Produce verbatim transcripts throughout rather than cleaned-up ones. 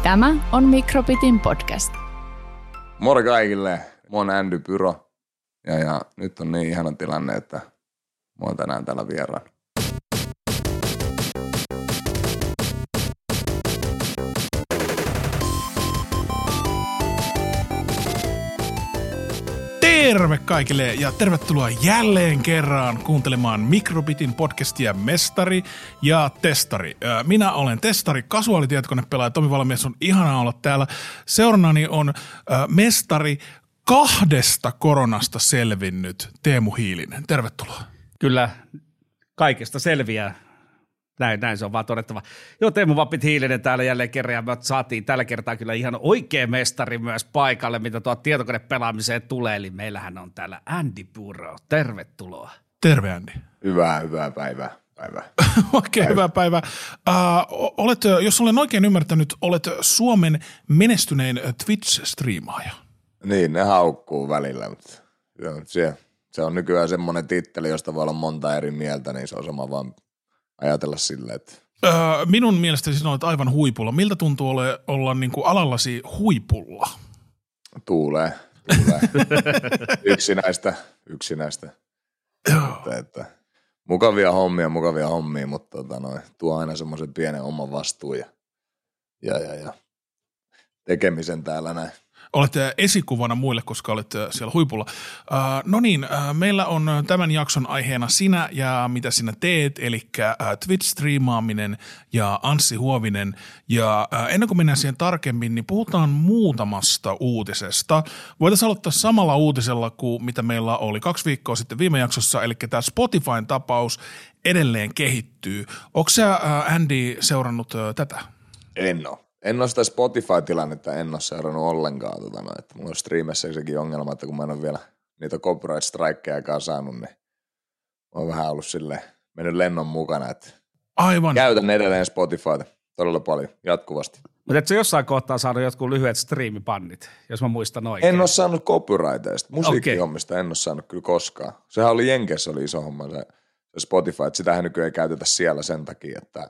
Tämä on Microbitin podcast. Moro kaikille, mä oon Andy Pyro ja, ja nyt on niin ihana tilanne, että mä oon tänään täällä vieraan. Terve kaikille ja tervetuloa jälleen kerran kuuntelemaan Microbitin podcastia Mestari ja Testari. Minä olen Testari, kasuaalitietokonepelaaja Tomi Valamies, on ihanaa olla täällä. Seurannani on mestari kahdesta koronasta selvinnyt Teemu Hiilinen. Tervetuloa. Kyllä kaikesta selviää. Näin, näin se on vaan todettava. Joo, Teemu Vapit Hiilinen täällä jälleen kerran, ja me saatiin tällä kertaa kyllä ihan oikea mestari myös paikalle, mitä tuo tietokonepelaamiseen tulee, eli meillähän on täällä Andy Pyro. Tervetuloa. Terve Andy. Hyvää, hyvää päivää. päivää. Oikein hyvää päivää. Uh, olet, jos olen oikein ymmärtänyt, olet Suomen menestynein Twitch-striimaaja. Niin, ne haukkuu välillä, mutta se, se on nykyään semmoinen titteli, josta voi olla monta eri mieltä, niin se on sama vaan ajatella silleen, että... Öö, minun mielestäni sinä olet aivan huipulla. Miltä tuntuu ole, olla niin kuin alallasi huipulla? Tuulee, tuulee. yksinäistä, yksinäistä. Että, että, mukavia hommia, mukavia hommia, mutta tota noin, tuo aina semmoisen pienen oman vastuun ja, ja, ja, ja tekemisen täällä näin. Olet esikuvana muille, koska olet siellä huipulla. Uh, no niin, uh, meillä on tämän jakson aiheena sinä ja mitä sinä teet, eli uh, Twitch-striimaaminen ja Anssi Huovinen. Ja uh, ennen kuin mennään siihen tarkemmin, niin puhutaan muutamasta uutisesta. Voitaisiin aloittaa samalla uutisella kuin mitä meillä oli kaksi viikkoa sitten viime jaksossa, eli tämä Spotifyn tapaus edelleen kehittyy. Onko sä, uh, Andy, seurannut uh, tätä? En ole. En ole sitä Spotify-tilannetta, en ole seurannut ollenkaan. Tota, no, että mulla on striimissä sekin ongelma, että kun mä en ole vielä niitä copyright-strikejakaan saanut, niin mä oon vähän ollut silleen, mennyt lennon mukana. Että Aivan. Käytän edelleen Spotifyta todella paljon, jatkuvasti. Mutta et sä jossain kohtaa saanut jotkut lyhyet striimipannit, jos mä muistan oikein. En ole saanut copyrighteista. Musiikkihommista okay. En ole saanut kyllä koskaan. Sehän oli Jenkeissä oli iso homma se, se Spotify, että sitähän nykyään ei käytetä siellä sen takia, että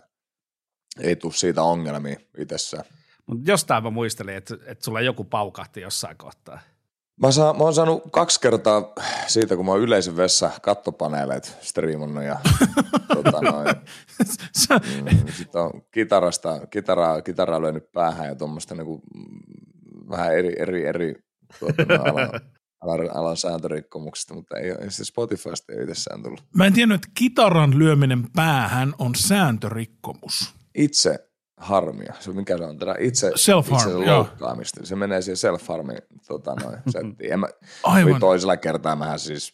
ei tule siitä ongelmia itsessään. Mutta jostain mä muistelin, että, että sulla joku paukahti jossain kohtaa. Mä, saa, mä oon saanut kaksi kertaa siitä, kun mä oon yleisen vessa kattopaneeleet striimannut ja tota noin. Mm, sitten on kitarasta, kitaraa, kitaraa löynyt päähän ja tuommoista niinku, vähän eri, eri, eri tuota, alan, alan, alan sääntörikkomuksista, mutta ei, ei se Spotifysta ei itsessään tullut. Mä en tiennyt, että kitaran lyöminen päähän on sääntörikkomus. Itse harmia. Se mikä se on? Tätä itse, itse loukkaamista. Se menee siihen self-harmin tota, settiin. En mä, toisella kertaa mähän siis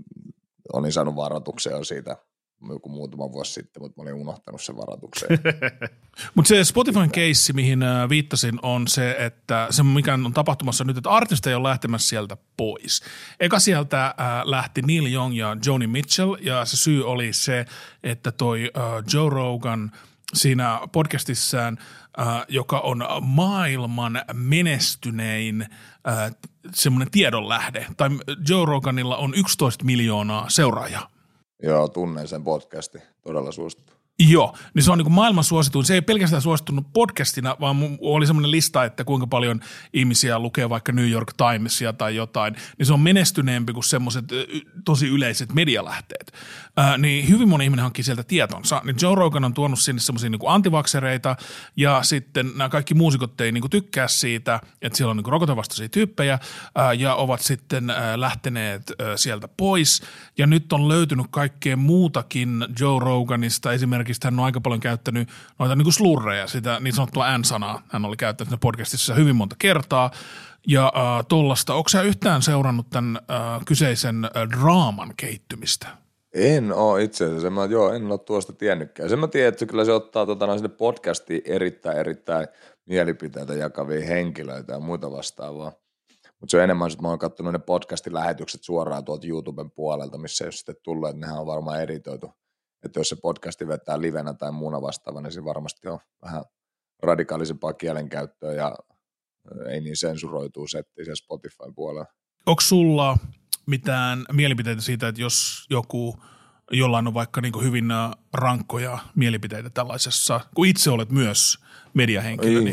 olin saanut varoituksen jo siitä joku muutama vuosi sitten, mutta mä olin unohtanut sen varoituksen. Mutta se Spotifyn keissi, mihin viittasin, on se, että se mikä on tapahtumassa nyt, että artisteja on lähtemässä sieltä pois. Eka sieltä äh, lähti Neil Young ja Joni Mitchell, ja se syy oli se, että toi äh, Joe Rogan siinä podcastissaan, äh, joka on maailman menestynein äh, semmoinen tiedonlähde, tai Joe Roganilla on yksitoista miljoonaa seuraajaa. Joo, tunnen sen podcastin, todella suosittu. Joo, niin se on niin kuin maailman suosituin. Se ei pelkästään suosittunut podcastina, vaan oli semmoinen lista, että kuinka paljon ihmisiä lukee vaikka New York Timesia tai jotain, niin se on menestyneempi kuin semmoiset tosi yleiset medialähteet. Ää, niin hyvin moni ihminen hankkii sieltä tietonsa. Niin Joe Rogan on tuonut sinne semmoisia niin kuin antivaksereita, ja sitten nämä kaikki muusikot ei niin kuin tykkää siitä, että siellä on niin kuin rokotevastaisia tyyppejä, ää, ja ovat sitten ää, lähteneet ää, sieltä pois, ja nyt on löytynyt kaikkea muutakin Joe Roganista, esimerkiksi hän on aika paljon käyttänyt noita niin kuin slurreja, sitä niin sanottua N-sanaa. Hän oli käyttänyt siinä podcastissa hyvin monta kertaa. Ja äh, tollasta, onko sä yhtään seurannut tämän äh, kyseisen äh, draaman kehittymistä? En ole itse asiassa. Mä, joo, en ole tuosta tiennytkään. Sen mä tiedän, että kyllä se ottaa tota, sinne podcastiin erittäin, erittäin mielipiteitä jakavia henkilöitä ja muita vastaavaa. Mutta se on enemmän, että mä oon katsonut ne podcastin lähetykset suoraan tuolta YouTuben puolelta, missä ei ole sitten tullut, että nehän on varmaan editoitu. Että jos se podcasti vetää livenä tai muuna vastaava, niin se varmasti on vähän radikaalisempaa kielenkäyttöä ja ei niin sensuroituu setti siellä Spotifyn puolella. Onko sulla mitään mielipiteitä siitä, että jos joku, jollain on vaikka niin kuin hyvin rankkoja mielipiteitä tällaisessa, kun itse olet myös mediahenkilö, niin,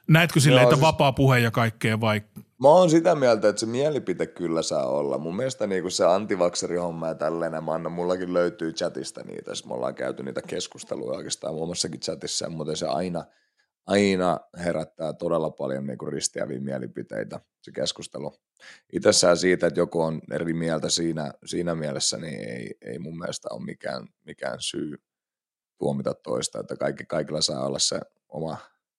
Näetkö silleen, Joo, että siis- vapaa puhe ja kaikkea vai? Mä oon sitä mieltä, että se mielipite kyllä saa olla. Mun mielestä niinku se antivakserihomma ja tälleen, mä annan, mullakin löytyy chatista niitä, sit me ollaan käyty niitä keskusteluja oikeastaan muommassakin chatissa, mutta se aina, aina herättää todella paljon niinku ristiäviä mielipiteitä, se keskustelu. Itsessään siitä, että joku on eri mieltä siinä, siinä mielessä, niin ei, ei mun mielestä ole mikään, mikään syy tuomita toista, että kaikki, kaikilla saa olla se oma,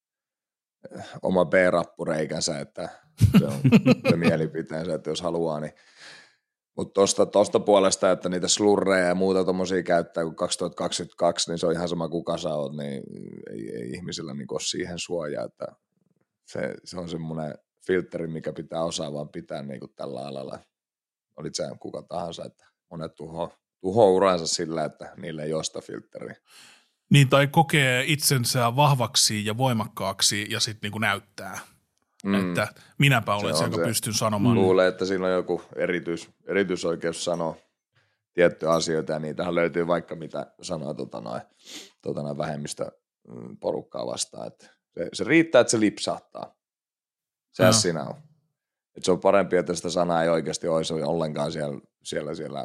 oma B-rappureikänsä, että se on se mielipiteensä, että jos haluaa, niin mutta tosta, tosta puolesta, että niitä slurreja ja muuta tommosia käyttää, kun kaksituhattakaksikymmentäkaksi, niin se on ihan sama kuka sä oot, niin ei, ei ihmisillä niin ole siihen suojaa, että se, se on semmoinen filtteri, mikä pitää osaa vaan pitää niin kuin tällä alalla. Olit sä kuka tahansa, että monet tuho, tuho uransa sillä, että niille ei ole sitä filtteriä. Niin, tai kokee itsensä vahvaksi ja voimakkaaksi ja sitten niinku näyttää, mm. että minäpä olen se, se joka se. pystyn sanomaan. Luulee, että siinä on joku erityis, erityisoikeus sanoa tiettyjä asioita, ja niitähän löytyy vaikka mitä sanoa tota noin, tota noin vähemmistöporukkaa vastaan. Että se, se riittää, että se lipsahtaa. Sehän no. siinä on. Että se on parempi, että sitä sanaa ei oikeasti olisi ollenkaan siellä, siellä, siellä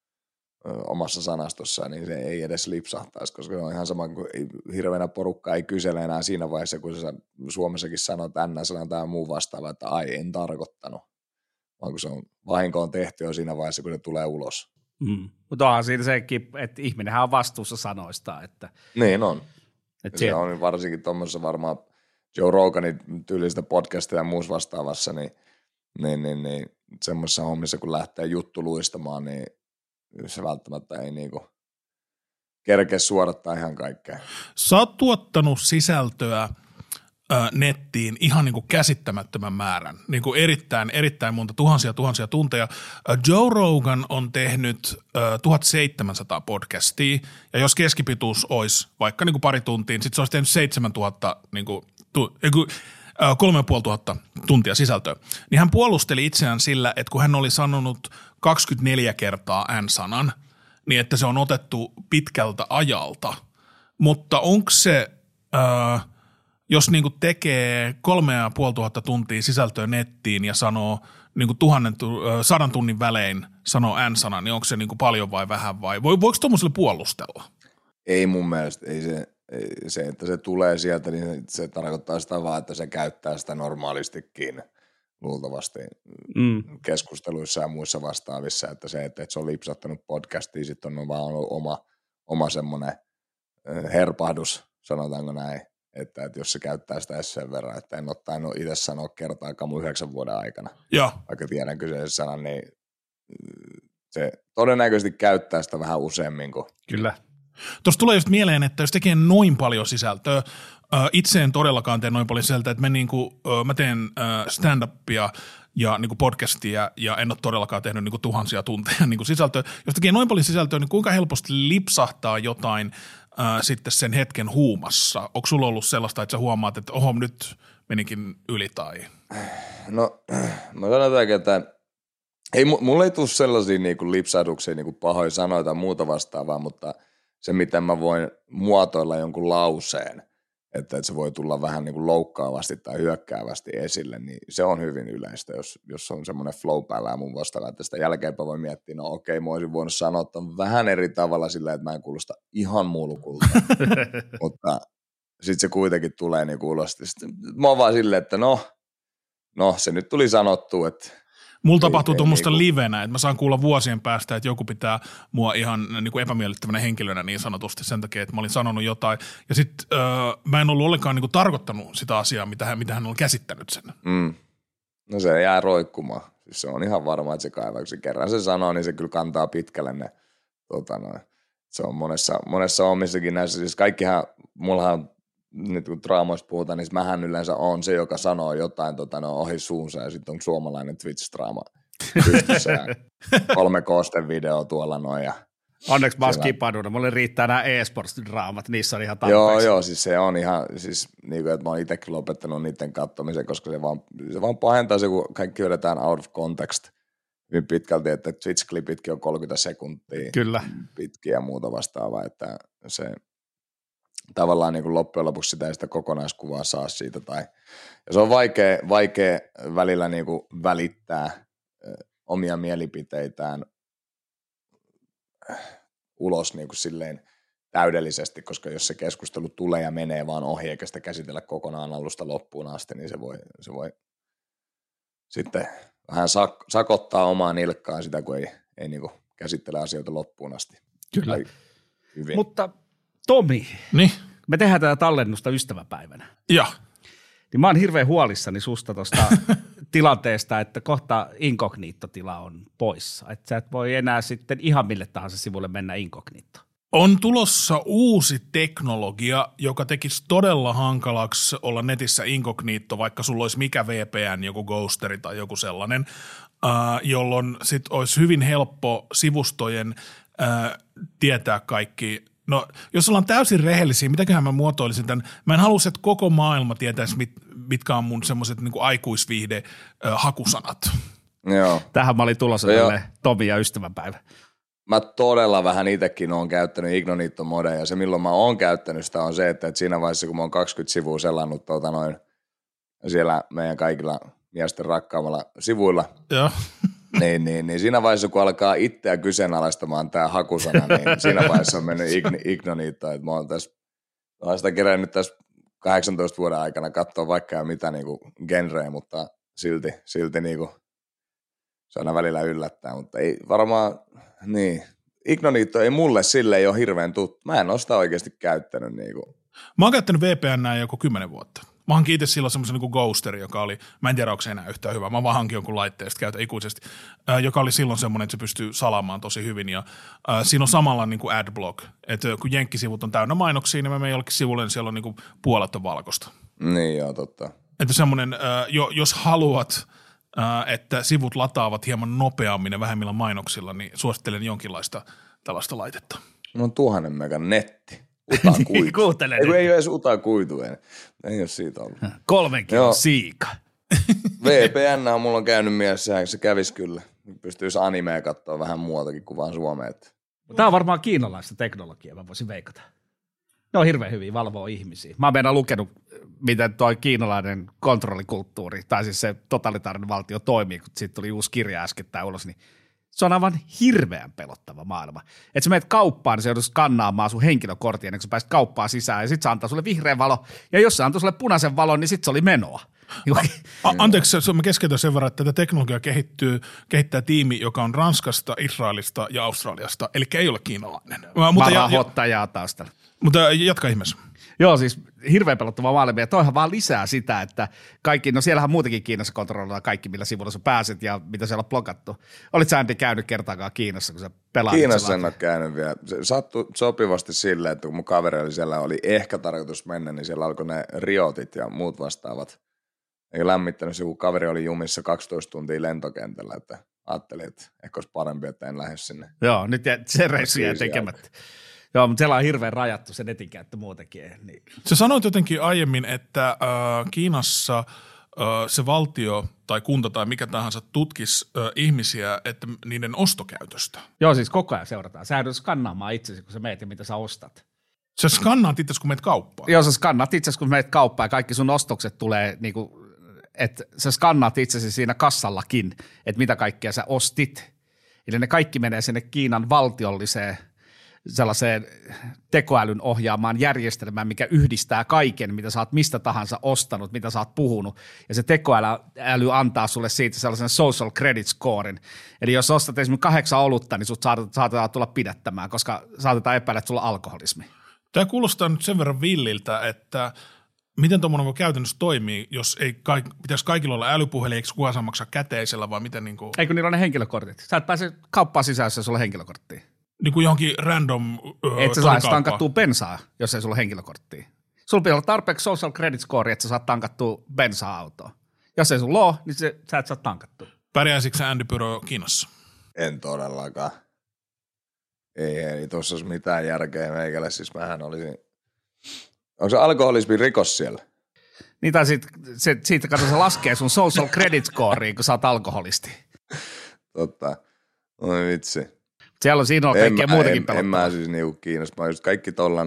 omassa sanastossa, niin se ei edes lipsahtaisi, koska se on ihan sama kuin hirveänä porukka ei kysele enää siinä vaiheessa, kun sä Suomessakin sanot N, sanan tai muu vastaava, että ai, en tarkoittanut, vaan kun se on, vahinko on tehty jo siinä vaiheessa, kun se tulee ulos. Mm. Mutta onhan siinä sekin, että ihminenhän on vastuussa sanoista. Että, niin on. Että se on varsinkin tuommoisessa varmaan Joe Roganin tyylistä podcastia ja muussa vastaavassa, niin, niin, niin, niin semmoisessa hommissa, kun lähtee juttu luistamaan, niin se välttämättä ei niinku kerkeä suodattaa ihan kaikkea. Sä oot tuottanut sisältöä ö, nettiin ihan niinku käsittämättömän määrän, niinku erittäin, erittäin monta, tuhansia tuhansia tunteja. Joe Rogan on tehnyt ö, tuhatseitsemänsataa podcastia, ja jos keskipituus olisi vaikka niinku pari tuntia, niin sit se olisi tehnyt seitsemäntuhatta, niinku, tu, eiku, kolme ja puoli tuhatta tuntia sisältöä. Niin hän puolusteli itseään sillä, että kun hän oli sanonut kaksikymmentäneljä kertaa N-sanan, niin että se on otettu pitkältä ajalta. Mutta onko se, äh, jos niinku tekee kolme ja puoli tuhatta tuntia sisältöä nettiin ja sanoo niinku tuhannen, äh, sadan tunnin välein sanoo N-sanan, niin onko se niinku paljon vai vähän vai? Voiko tuommoiselle puolustella? Ei mun mielestä, ei se, ei se, että se tulee sieltä, niin se tarkoittaa sitä vaan, että se käyttää sitä normaalistikin luultavasti mm. keskusteluissa ja muissa vastaavissa, että se, että se on lipsattanut podcastiin, sitten on vaan ollut oma, oma semmoinen herpahdus, sanotaanko näin, että, että jos se käyttää sitä sen verran, että en ole tainnut itse sanoa kertaakaan mun yhdeksän vuoden aikana, ja. vaikka tiedän kyseisen sanan, niin se todennäköisesti käyttää sitä vähän useammin kuin. Kyllä. Tuossa tulee just mieleen, että jos tekee noin paljon sisältöä, itse en todellakaan tee noin paljon sisältöä, että mä, niinku, mä teen stand-upia ja niinku podcastia ja en ole todellakaan tehnyt niinku tuhansia tunteja niinku sisältöä. Jos tekee noin paljon sisältöä, niin kuinka helposti lipsahtaa jotain ää, sitten sen hetken huumassa? Onko sulla ollut sellaista, että sä huomaat, että oho, nyt menikin yli tai? No, mä sanotaan, että ei, mulla ei tule sellaisia niinku lipsahduksia, niinku pahoja sanoja tai muuta vastaavaa, mutta se, miten mä voin muotoilla jonkun lauseen, että, että se voi tulla vähän niin kuin loukkaavasti tai hyökkäävästi esille, niin se on hyvin yleistä, jos, jos on semmoinen flow päällä ja mun vastaava, että sitä jälkeenpä voi miettiä, no okei, mä olisin voinut sanoa ton vähän eri tavalla sillä, että mä en kuulosta ihan mulkulta, mutta sitten se kuitenkin tulee niin ulos. Mä oon vaan silleen, että no, no, se nyt tuli sanottu, että mulla tapahtuu tuommoista niinku livenä, että mä saan kuulla vuosien päästä, että joku pitää mua ihan niin kuin epämiellyttävänä henkilönä niin sanotusti sen takia, että mä olin sanonut jotain. Ja sitten öö, mä en ollut ollenkaan niin kuin tarkoittanut sitä asiaa, mitä hän, mitä hän on käsittänyt sen. Mm. No se jää roikkumaan. Siis se on ihan varma, että se kaivaa. Kun se kerran se sanoo, niin se kyllä kantaa pitkälle ne. Tota noin. Se on monessa, monessa omissakin näissä. Siis kaikkihan, mullahan nyt kun draamoista puhutaan, niin mähän yleensä on se, joka sanoo jotain tota, no, ohi suunsa, ja sitten on suomalainen Twitch-draama pystyssä ja kolme koostevideoa tuolla noin. Ja onneksi mä oon skipannut, mulle riittää nämä e-sports-draamat, niissä on ihan tarpeeksi. Joo, joo, siis se on ihan, siis niin kuin, että mä oon itsekin lopettanut niiden katsomisen, koska se vaan, se vaan pahentaa se, kun kaikki vedetään out of context hyvin pitkälti, että Twitch-klipitkin on kolmekymmentä sekuntia Kyllä. pitkiä ja muuta vastaavaa, että se tavallaan niin kuin loppujen lopuksi sitä ei sitä kokonaiskuvaa saa siitä. Tai, ja se on vaikea, vaikea välillä niin kuin välittää omia mielipiteitään ulos niin kuin silleen täydellisesti, koska jos se keskustelu tulee ja menee vaan ohi eikä sitä käsitellä kokonaan alusta loppuun asti, niin se voi, se voi sitten vähän sak- sakottaa omaa nilkkaan sitä, kun ei, ei niin kuin käsittele asioita loppuun asti. Kyllä. Hyvin. Mutta Tomi, Niin. me tehdään tätä tallennusta ystäväpäivänä. Ja. Niin mä oon hirveän huolissani susta tuosta tilanteesta, että kohta inkognito-tila on poissa. Että sä et voi enää sitten ihan mille tahansa sivulle mennä inkognito. On tulossa uusi teknologia, joka tekisi todella hankalaksi olla netissä inkognito, vaikka sulla olisi mikä V P N, joku Ghosteri tai joku sellainen, äh, jolloin sit olisi hyvin helppo sivustojen äh, tietää kaikki. No, jos ollaan täysin rehellisiä, mitäköhän mä muotoilisin tämän? Mä en halua, että koko maailma tietäisi, mit, mitkä on mun semmoiset niin kuin aikuisviihde äh, hakusanat. Joo. Tähän mä olin tulossa tälle Tomi ja ystävänpäivä. Mä todella vähän itsekin oon käyttänyt Ignonito-modeja, ja se milloin mä oon käyttänyt sitä on se, että siinä vaiheessa kun mä oon kaksikymmentä sivua selannut tuota noin siellä meidän kaikilla miesten rakkaamalla sivuilla, Joo. niin, niin, niin siinä vaiheessa kun alkaa itseä kyseenalaistamaan tää hakusana, niin siinä vaiheessa on mennyt Ignonito, että mä oon tässä, mä oon sitä kerännyt tässä kahdeksantoista vuoden aikana katsoa vaikka ja mitä niinku genreä, mutta silti, silti niinku se aina välillä yllättää, mutta ei varmaan. Niin. Ignonito ei mulle sille ei ole hirveän tuttu. Mä en ole sitä oikeasti käyttänyt. Niin kuin. Mä oon käyttänyt V P N joku kymmenen vuotta. Mä hankin itse silloin semmoisen niin Ghosteri, joka oli, mä en tiedä onko se enää yhtään hyvä, mä vaan hankin jonkun laitteen, sitä käytän ikuisesti, äh, joka oli silloin semmoinen, että se pystyy salaamaan tosi hyvin. Ja äh, siinä on samalla niin kuin adblock, että kun jenkkisivut on täynnä mainoksia, niin mä menen jollekin sivulle, niin siellä on niin kuin puolet on valkoista. Niin joo, totta. Että semmoinen, äh, jo, jos haluat, että sivut lataavat hieman nopeammin ja vähemmillä mainoksilla, niin suosittelen jonkinlaista tällaista laitetta. No on tuhannen megan netti. Utakuitu. Kuuntele ei, ei ole edes utakuitu. Ei, ei ole siitä ollut. Kolmen kilon siika. V P N mulla on käynyt mielessä, se kävisi kyllä. Pystyisi animea katsoa vähän muutakin kuin vaan Suomeen. Tämä on varmaan kiinalaista teknologiaa, mä voisin veikata. Ne on hirveän hyviä, valvoo ihmisiä. Mä oon meidän lukenut, miten toi kiinalainen kontrollikulttuuri, tai siis se totalitaarinen valtio toimii, kun siitä tuli uusi kirja äskettäin ulos, niin se on aivan hirveän pelottava maailma. Että sä menet kauppaan, niin se joudut skannaamaan sun henkilökortin ennen kuin sä pääset kauppaan sisään, ja sit se antaa sulle vihreän valo, ja jos se antaa sulle punaisen valon, niin sit se oli menoa. A- anteeksi, mä keskeytän sen verran, että tätä teknologiaa kehittyy, kehittää tiimi, joka on Ranskasta, Israelista ja Australiasta, eli ei ole kiinalainen. Mä, mutta, ja, hottajaa taustalla. Mutta jatka ihmeessä. Joo, siis hirveän pelottava maailma, ja toihan vaan lisää sitä, että kaikki, no siellähän muutenkin Kiinassa kontrolloidaan kaikki, millä sivulla sä pääset ja mitä siellä on blokattu. Olit sä Andy käynyt kertaakaan Kiinassa, kun sä pelaat? Kiinassa en ole käynyt vielä. Se sattui sopivasti silleen, että kun mun kaveri oli siellä, oli ehkä tarkoitus mennä, niin siellä alkoi ne riotit ja muut vastaavat. Ei lämmittänyt se, kun kaveri oli jumissa kaksitoista tuntia lentokentällä, että ajattelin, että ehkä olisi parempi, että en lähde sinne. Joo, nyt se reissu jää tekemättä. Joo, mutta siellä on hirveän rajattu se netin käyttö muutenkin. Niin. Sä sanoit jotenkin aiemmin, että äh, Kiinassa äh, se valtio tai kunta tai mikä tahansa tutkisi äh, ihmisiä että niiden ostokäytöstä. Joo, siis koko ajan seurataan. Sä joudut skannaamaan itsesi, kun sä meet ja mitä sä ostat. Sä skannaat itse, kun meet kauppaan. Joo, sä skannaat itse, kun meet kauppaan ja kaikki sun ostokset tulee, niin kuin, että sä skannaat itsesi siinä kassallakin, että mitä kaikkea sä ostit. Eli ne kaikki menee sinne Kiinan valtiolliseen sellaiseen tekoälyn ohjaamaan järjestelmään, mikä yhdistää kaiken, mitä sä oot mistä tahansa ostanut, mitä sä oot puhunut. Ja se tekoäly antaa sulle siitä sellaisen social credit scoren. Eli jos ostat esimerkiksi kahdeksan olutta, niin sut saatetaan tulla pidättämään, koska saatetaan epäillä, että sulla on alkoholismi. Tämä kuulostaa nyt sen verran villiltä, että miten tuommoinen voi käytännössä toimii, jos ei kaik, pitäisi kaikilla olla älypuhelin, eikö kukaan saa maksaa käteisellä vai miten niin kuin? Eikö niillä ole ne henkilökortit? Sä et pääse kauppaan sisään, jos ei sulla henkilökorttia. Niin kuin johonkin random öö, et sä saisi tankattua bensaa, jos ei sulla henkilökorttia. Sulla pitää olla tarpeeksi social credit score, että sä saat tankattua bensaa autoon. Jos ei sulla ole, niin se, sä et saa tankattua. Pärjäisikö sä Andy Pyro Kiinassa? En todellakaan. Ei, ei tuossa olisi mitään järkeä meikälle, siis mähän olisin. Onko se alkoholismin rikos siellä? Niin tai sit, se, siitä katso se laskee sun social credit scoreen, kun sä oot alkoholisti. Totta. Oi vitsi. Siellä on siinä on kaikkea muutakin en, en mä siis niinku kiinnostunut. Mä just kaikki tollanen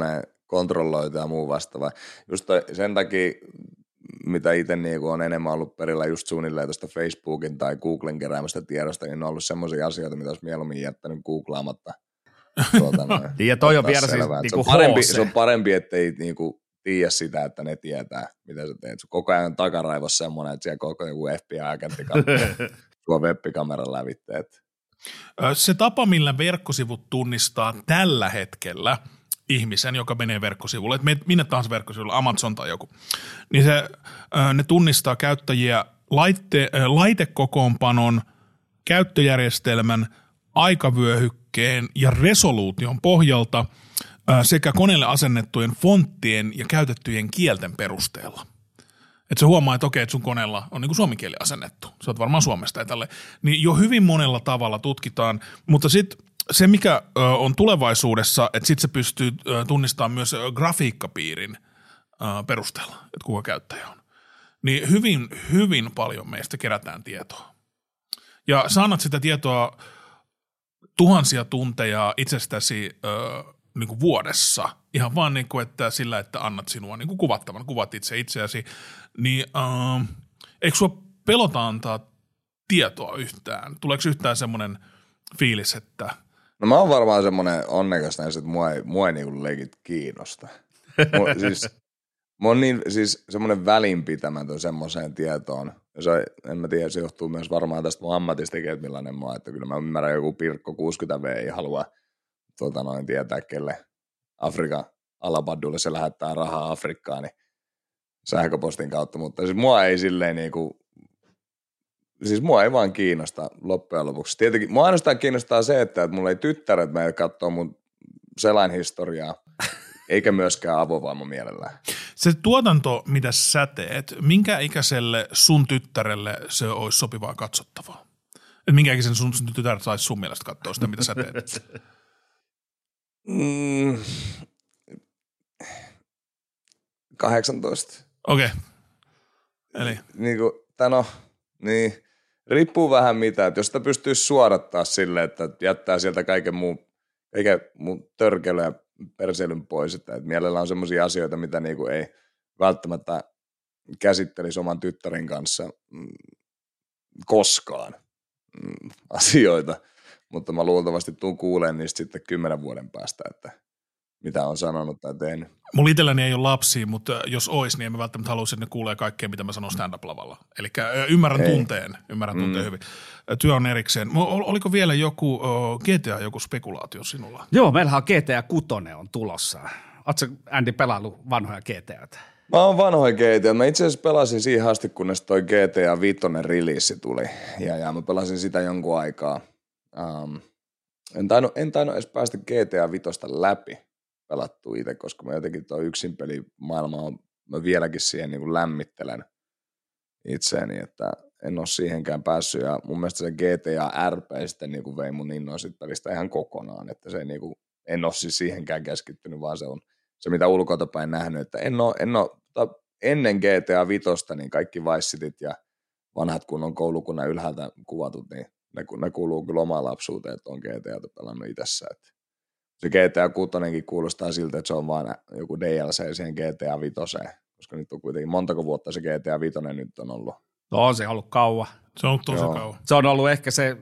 kontrolloitu ja muu vastaava. Just toi, sen takia, mitä itse niinku on enemmän ollut perillä just suunnilleen tuosta Facebookin tai Googlen keräämästä tiedosta, niin ne on ollut semmoisia asioita, mitä olisi mieluummin jättänyt googlaamatta. Tuota, noin, ja toi on vielä siis niinku se on parempi, se on parempi, ettei niinku tiedä sitä, että ne tietää, mitä sä teet. Koko ajan takaraivossa semmoinen, että siellä koko joku F B I-agentti katsoo sua web-kameran lävitteet. Se tapa, millä verkkosivut tunnistaa tällä hetkellä ihmisen, joka menee verkkosivulle, että minne tahansa verkkosivulle, Amazon tai joku, niin se, ne tunnistaa käyttäjiä laite, laitekokoonpanon, käyttöjärjestelmän, aikavyöhykkeen ja resoluution pohjalta sekä koneelle asennettujen fonttien ja käytettyjen kielten perusteella. Että se huomaa, että okei, että sun koneella on niin kuin suomenkieli asennettu. Sä oot varmaan Suomesta ja tälle. Niin jo hyvin monella tavalla tutkitaan, mutta sitten se, mikä on tulevaisuudessa, että sitten se pystyy tunnistamaan myös grafiikkapiirin perusteella, että kuka käyttäjä on. Niin hyvin, hyvin paljon meistä kerätään tietoa. Ja sä annat sitä tietoa tuhansia tunteja itsestäsi niin kuin vuodessa, ihan vaan niin kuin, että sillä, että annat sinua niin kuin kuvattavan, kuvat itse itseäsi, niin äh, eikö sua pelota antaa tietoa yhtään? Tuleeko yhtään semmoinen fiilis, että... No mä oon varmaan semmoinen onnekas näissä, että mua ei, mua ei niinku leikit kiinnosta. Mua, siis, mä oon niin, siis semmoinen välinpitämätön semmoiseen tietoon. Ja se, en mä tiedä, se johtuu myös varmaan tästä mun ammatista, että millainen mä oon, että kyllä mä ymmärrän joku Pirkko kuusikymmentä vuotias ei halua Tuota noin tietää, kelle Afrikan alapaddulle se lähettää rahaa Afrikkaan, niin sähköpostin kautta, mutta siis mua ei silleen niinku, siis mua ei vaan kiinnosta loppujen lopuksi. Tietenkin mua ainoastaan kiinnostaa se, että, että mulla ei tyttäret mene katsoo mun selainhistoriaa, eikä myöskään avovaimo mielellään. Se tuotanto, mitä sä teet, minkä ikäiselle sun tyttärelle se olisi sopivaa katsottavaa? Et minkä ikäisen sun, sun tytär saisi sun mielestä katsoa sitä, mitä sä teet? Mm, kahdeksantoista. Okei. Okay. Eli? Niin kuin, no, niin, riippuu vähän mitä, että jos sitä pystyisi suodattaa silleen, että jättää sieltä kaiken muun, eikä mun törkelö ja perseilyn pois, että, että mielellä on semmoisia asioita, mitä niin kuin ei välttämättä käsittelisi oman tyttärin kanssa mm, koskaan mm, asioita. Mutta mä luultavasti tuun kuuleen niistä sitten kymmenen vuoden päästä, että mitä on sanonut tai tehnyt. Mulla itselläni ei ole lapsia, mutta jos ois, niin en mä välttämättä haluaisi, että ne kuulee kaikkea, mitä mä sanon stand-up-lavalla. Eli ymmärrän ei. tunteen, ymmärrän mm. tunteen hyvin. Työ on erikseen. Oliko vielä joku G T A, joku spekulaatio sinulla? Joo, meillähän on G T A kuusi on tulossa. Ootko Andy pelannut vanhoja G T A:tä? Mä oon vanhoja G T A. Mä itse asiassa pelasin siihen asti, kunnes toi G T A viisi release tuli. Ja, ja mä pelasin sitä jonkun aikaa. Um, en tainnut, en tainnut edes päästä G T A viisi läpi pelattua itse, koska mä jotenkin tuo yksin pelimaailma on, mä vieläkin siihen niin kuin lämmittelen itseäni, että en ole siihenkään päässyt. Ja mun mielestä se G T A R P sitten niin kuin vei mun innoa sit pelistä ihan kokonaan, että se niin kuin, en ole siis siihenkään keskittynyt, vaan se on se, mitä ulkoilta päin nähnyt, että en ole, en ole ennen G T A viisi, niin kaikki Vice Cityt ja vanhat kunnon koulukunnan ylhäältä kuvatut, niin ne, ne kuuluu kyllä omaan lapsuuteen, että on G T A:ta pelannut itsessä. Että se G T A kuusi kuulostaa siltä, että se on vaan joku D L C siihen G T A viisi, koska nyt on kuitenkin montako vuotta se G T A viisi nyt on ollut. No on se ollut kauan. Se on ollut tosi Joo. kauan. Se on ollut ehkä se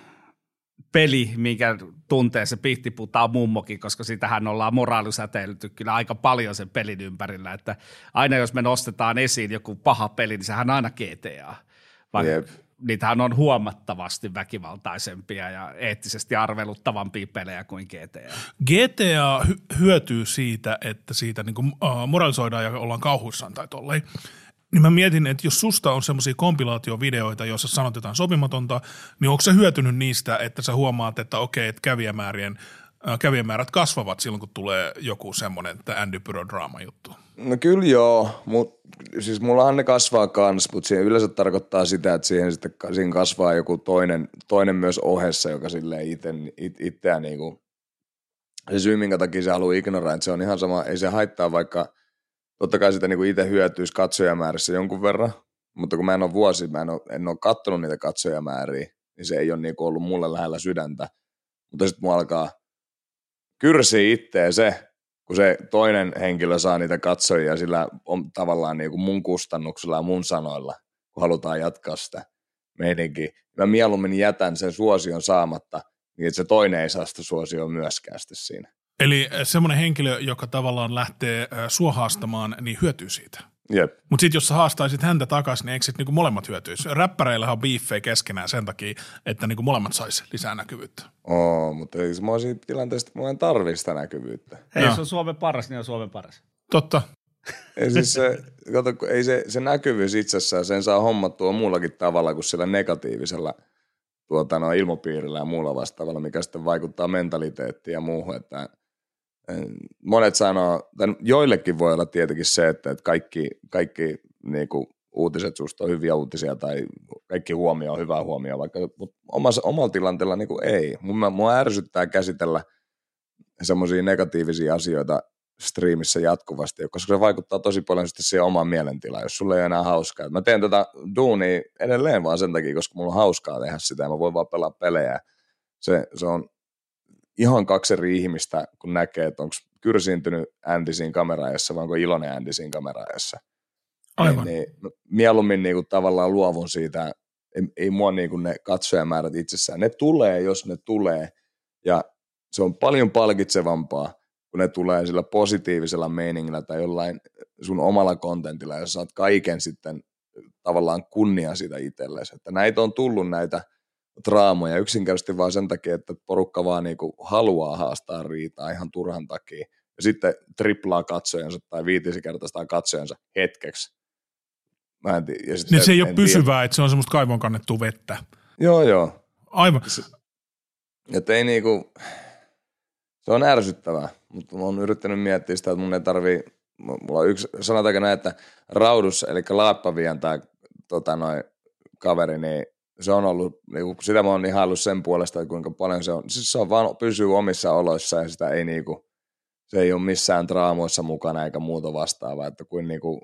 peli, mikä tuntee se pihtiputaa mummokin, koska sitähän ollaan moraalisäteilty kyllä aika paljon sen pelin ympärillä, että aina jos me nostetaan esiin joku paha peli, niin sehän on aina G T A. Vaikka yep. Niitähän on huomattavasti väkivaltaisempia ja eettisesti arveluttavampia pelejä kuin G T A. G T A hyötyy siitä, että siitä niin kuin, uh, moralisoidaan ja ollaan kauhuissaan tai tolleen. Niin mä mietin, että jos susta on semmoisia kompilaatiovideoita, joissa sanot jotain sopimatonta, niin onko sä hyötynyt niistä, että sä huomaat, että okei, että kävijämäärien, äh, kävijämäärät kasvavat silloin, kun tulee joku semmoinen Andy Pyro-draama juttu? No kyllä joo, mutta siis mullahan ne kasvaa kans, mutta siihen yleensä tarkoittaa sitä, että siihen sitten siinä kasvaa joku toinen, toinen myös ohessa, joka silleen ite, it, itseään niinku, se syy, minkä takia se haluaa ignoraa, että se on ihan sama, ei se haittaa vaikka, totta kai sitä niinku itse hyötyisi katsojamäärissä jonkun verran, mutta kun mä en ole vuosi, mä en ole, en ole kattonut niitä katsojamääriä, niin se ei ole niinku ollut mulle lähellä sydäntä, mutta sitten mun alkaa kyrsiä itteen se, kun se toinen henkilö saa niitä katsojia sillä on tavallaan niin kuin mun kustannuksella ja mun sanoilla, kun halutaan jatkaa sitä meininkin. Mä mieluummin jätän sen suosion saamatta, niin että se toinen ei saa sitä suosioon myöskään siinä. Eli semmoinen henkilö, joka tavallaan lähtee sua haastamaan, niin hyötyy siitä. Jep. Mutta sitten jos sä haastaisit häntä takaisin, niin eikö sitten niinku molemmat hyötyisi? Räppäreillähän on biiffejä keskenään sen takia, että niinku molemmat sais lisää näkyvyyttä. Oo, mutta ei se mä oon siinä tilanteessa, että mä en tarvitse sitä näkyvyyttä. Hei, No. jos on Suomen paras, niin on Suomen paras. Totta. Ei, siis se, kato, kun ei se, se näkyvyys itsessään, sen saa hommattua muullakin tavalla kuin sillä negatiivisella tuota, no, ilmapiirillä ja muulla vastaavalla, mikä sitten vaikuttaa mentaliteettiin ja muuhun. Että, monet sanoo, tai joillekin voi olla tietenkin se, että, että kaikki, kaikki niin kuin, uutiset susta on hyviä uutisia tai kaikki huomio on hyvää huomioon, vaikka mutta omassa, omalla tilanteella niin kuin ei. Mua, mua ärsyttää käsitellä semmoisia negatiivisia asioita striimissä jatkuvasti, koska se vaikuttaa tosi paljon sitten siihen omaan mielentilaan, jos sulla ei ole enää hauskaa. Mä teen tätä duunia edelleen vaan sen takia, koska mulla on hauskaa tehdä sitä ja mä voin vaan pelaa pelejä. Se, se on ihan kaksi eri ihmistä, kun näkee, että onko kyrsiintynyt Andy siinä kameraajassa vai onko iloinen Andy siinä kameraajassa. Aivan. Niin, niin, mieluummin niin kuin tavallaan luovun siitä, ei, ei mua niin kuin ne katsojamäärät itsessään. Ne tulee, jos ne tulee, ja se on paljon palkitsevampaa, kun ne tulee sillä positiivisella meiningillä tai jollain sun omalla kontentilla, jos saat kaiken sitten tavallaan kunnia siitä itsellesi. Että näitä on tullut näitä draamoja yksinkertaisesti vaan sen takia, että porukka vaan niinku haluaa haastaa riitaa ihan turhan takia. Ja sitten triplaa katsojansa tai viitisinkertaistaa katsojansa hetkeksi. Mä en tiedä. Niin se ei ole pysyvää, että se on semmoista kaivoon kannettua vettä. Joo, joo. Aivan. Että ei niinku, se on ärsyttävää, mutta mä oon yrittänyt miettiä sitä, että mun ei tarvii, mulla on yksi, sanotaanko näin, että Raudus, eli Laappavian tämä tota, kaveri, niin se on ollut, niinku, sitä mä oon ihaillut sen puolesta, että kuinka paljon se on, siis se on vaan pysyy omissa oloissa ja sitä ei niinku, se ei ole missään draamoissa mukana eikä muuta vastaavaa, että kuin niinku,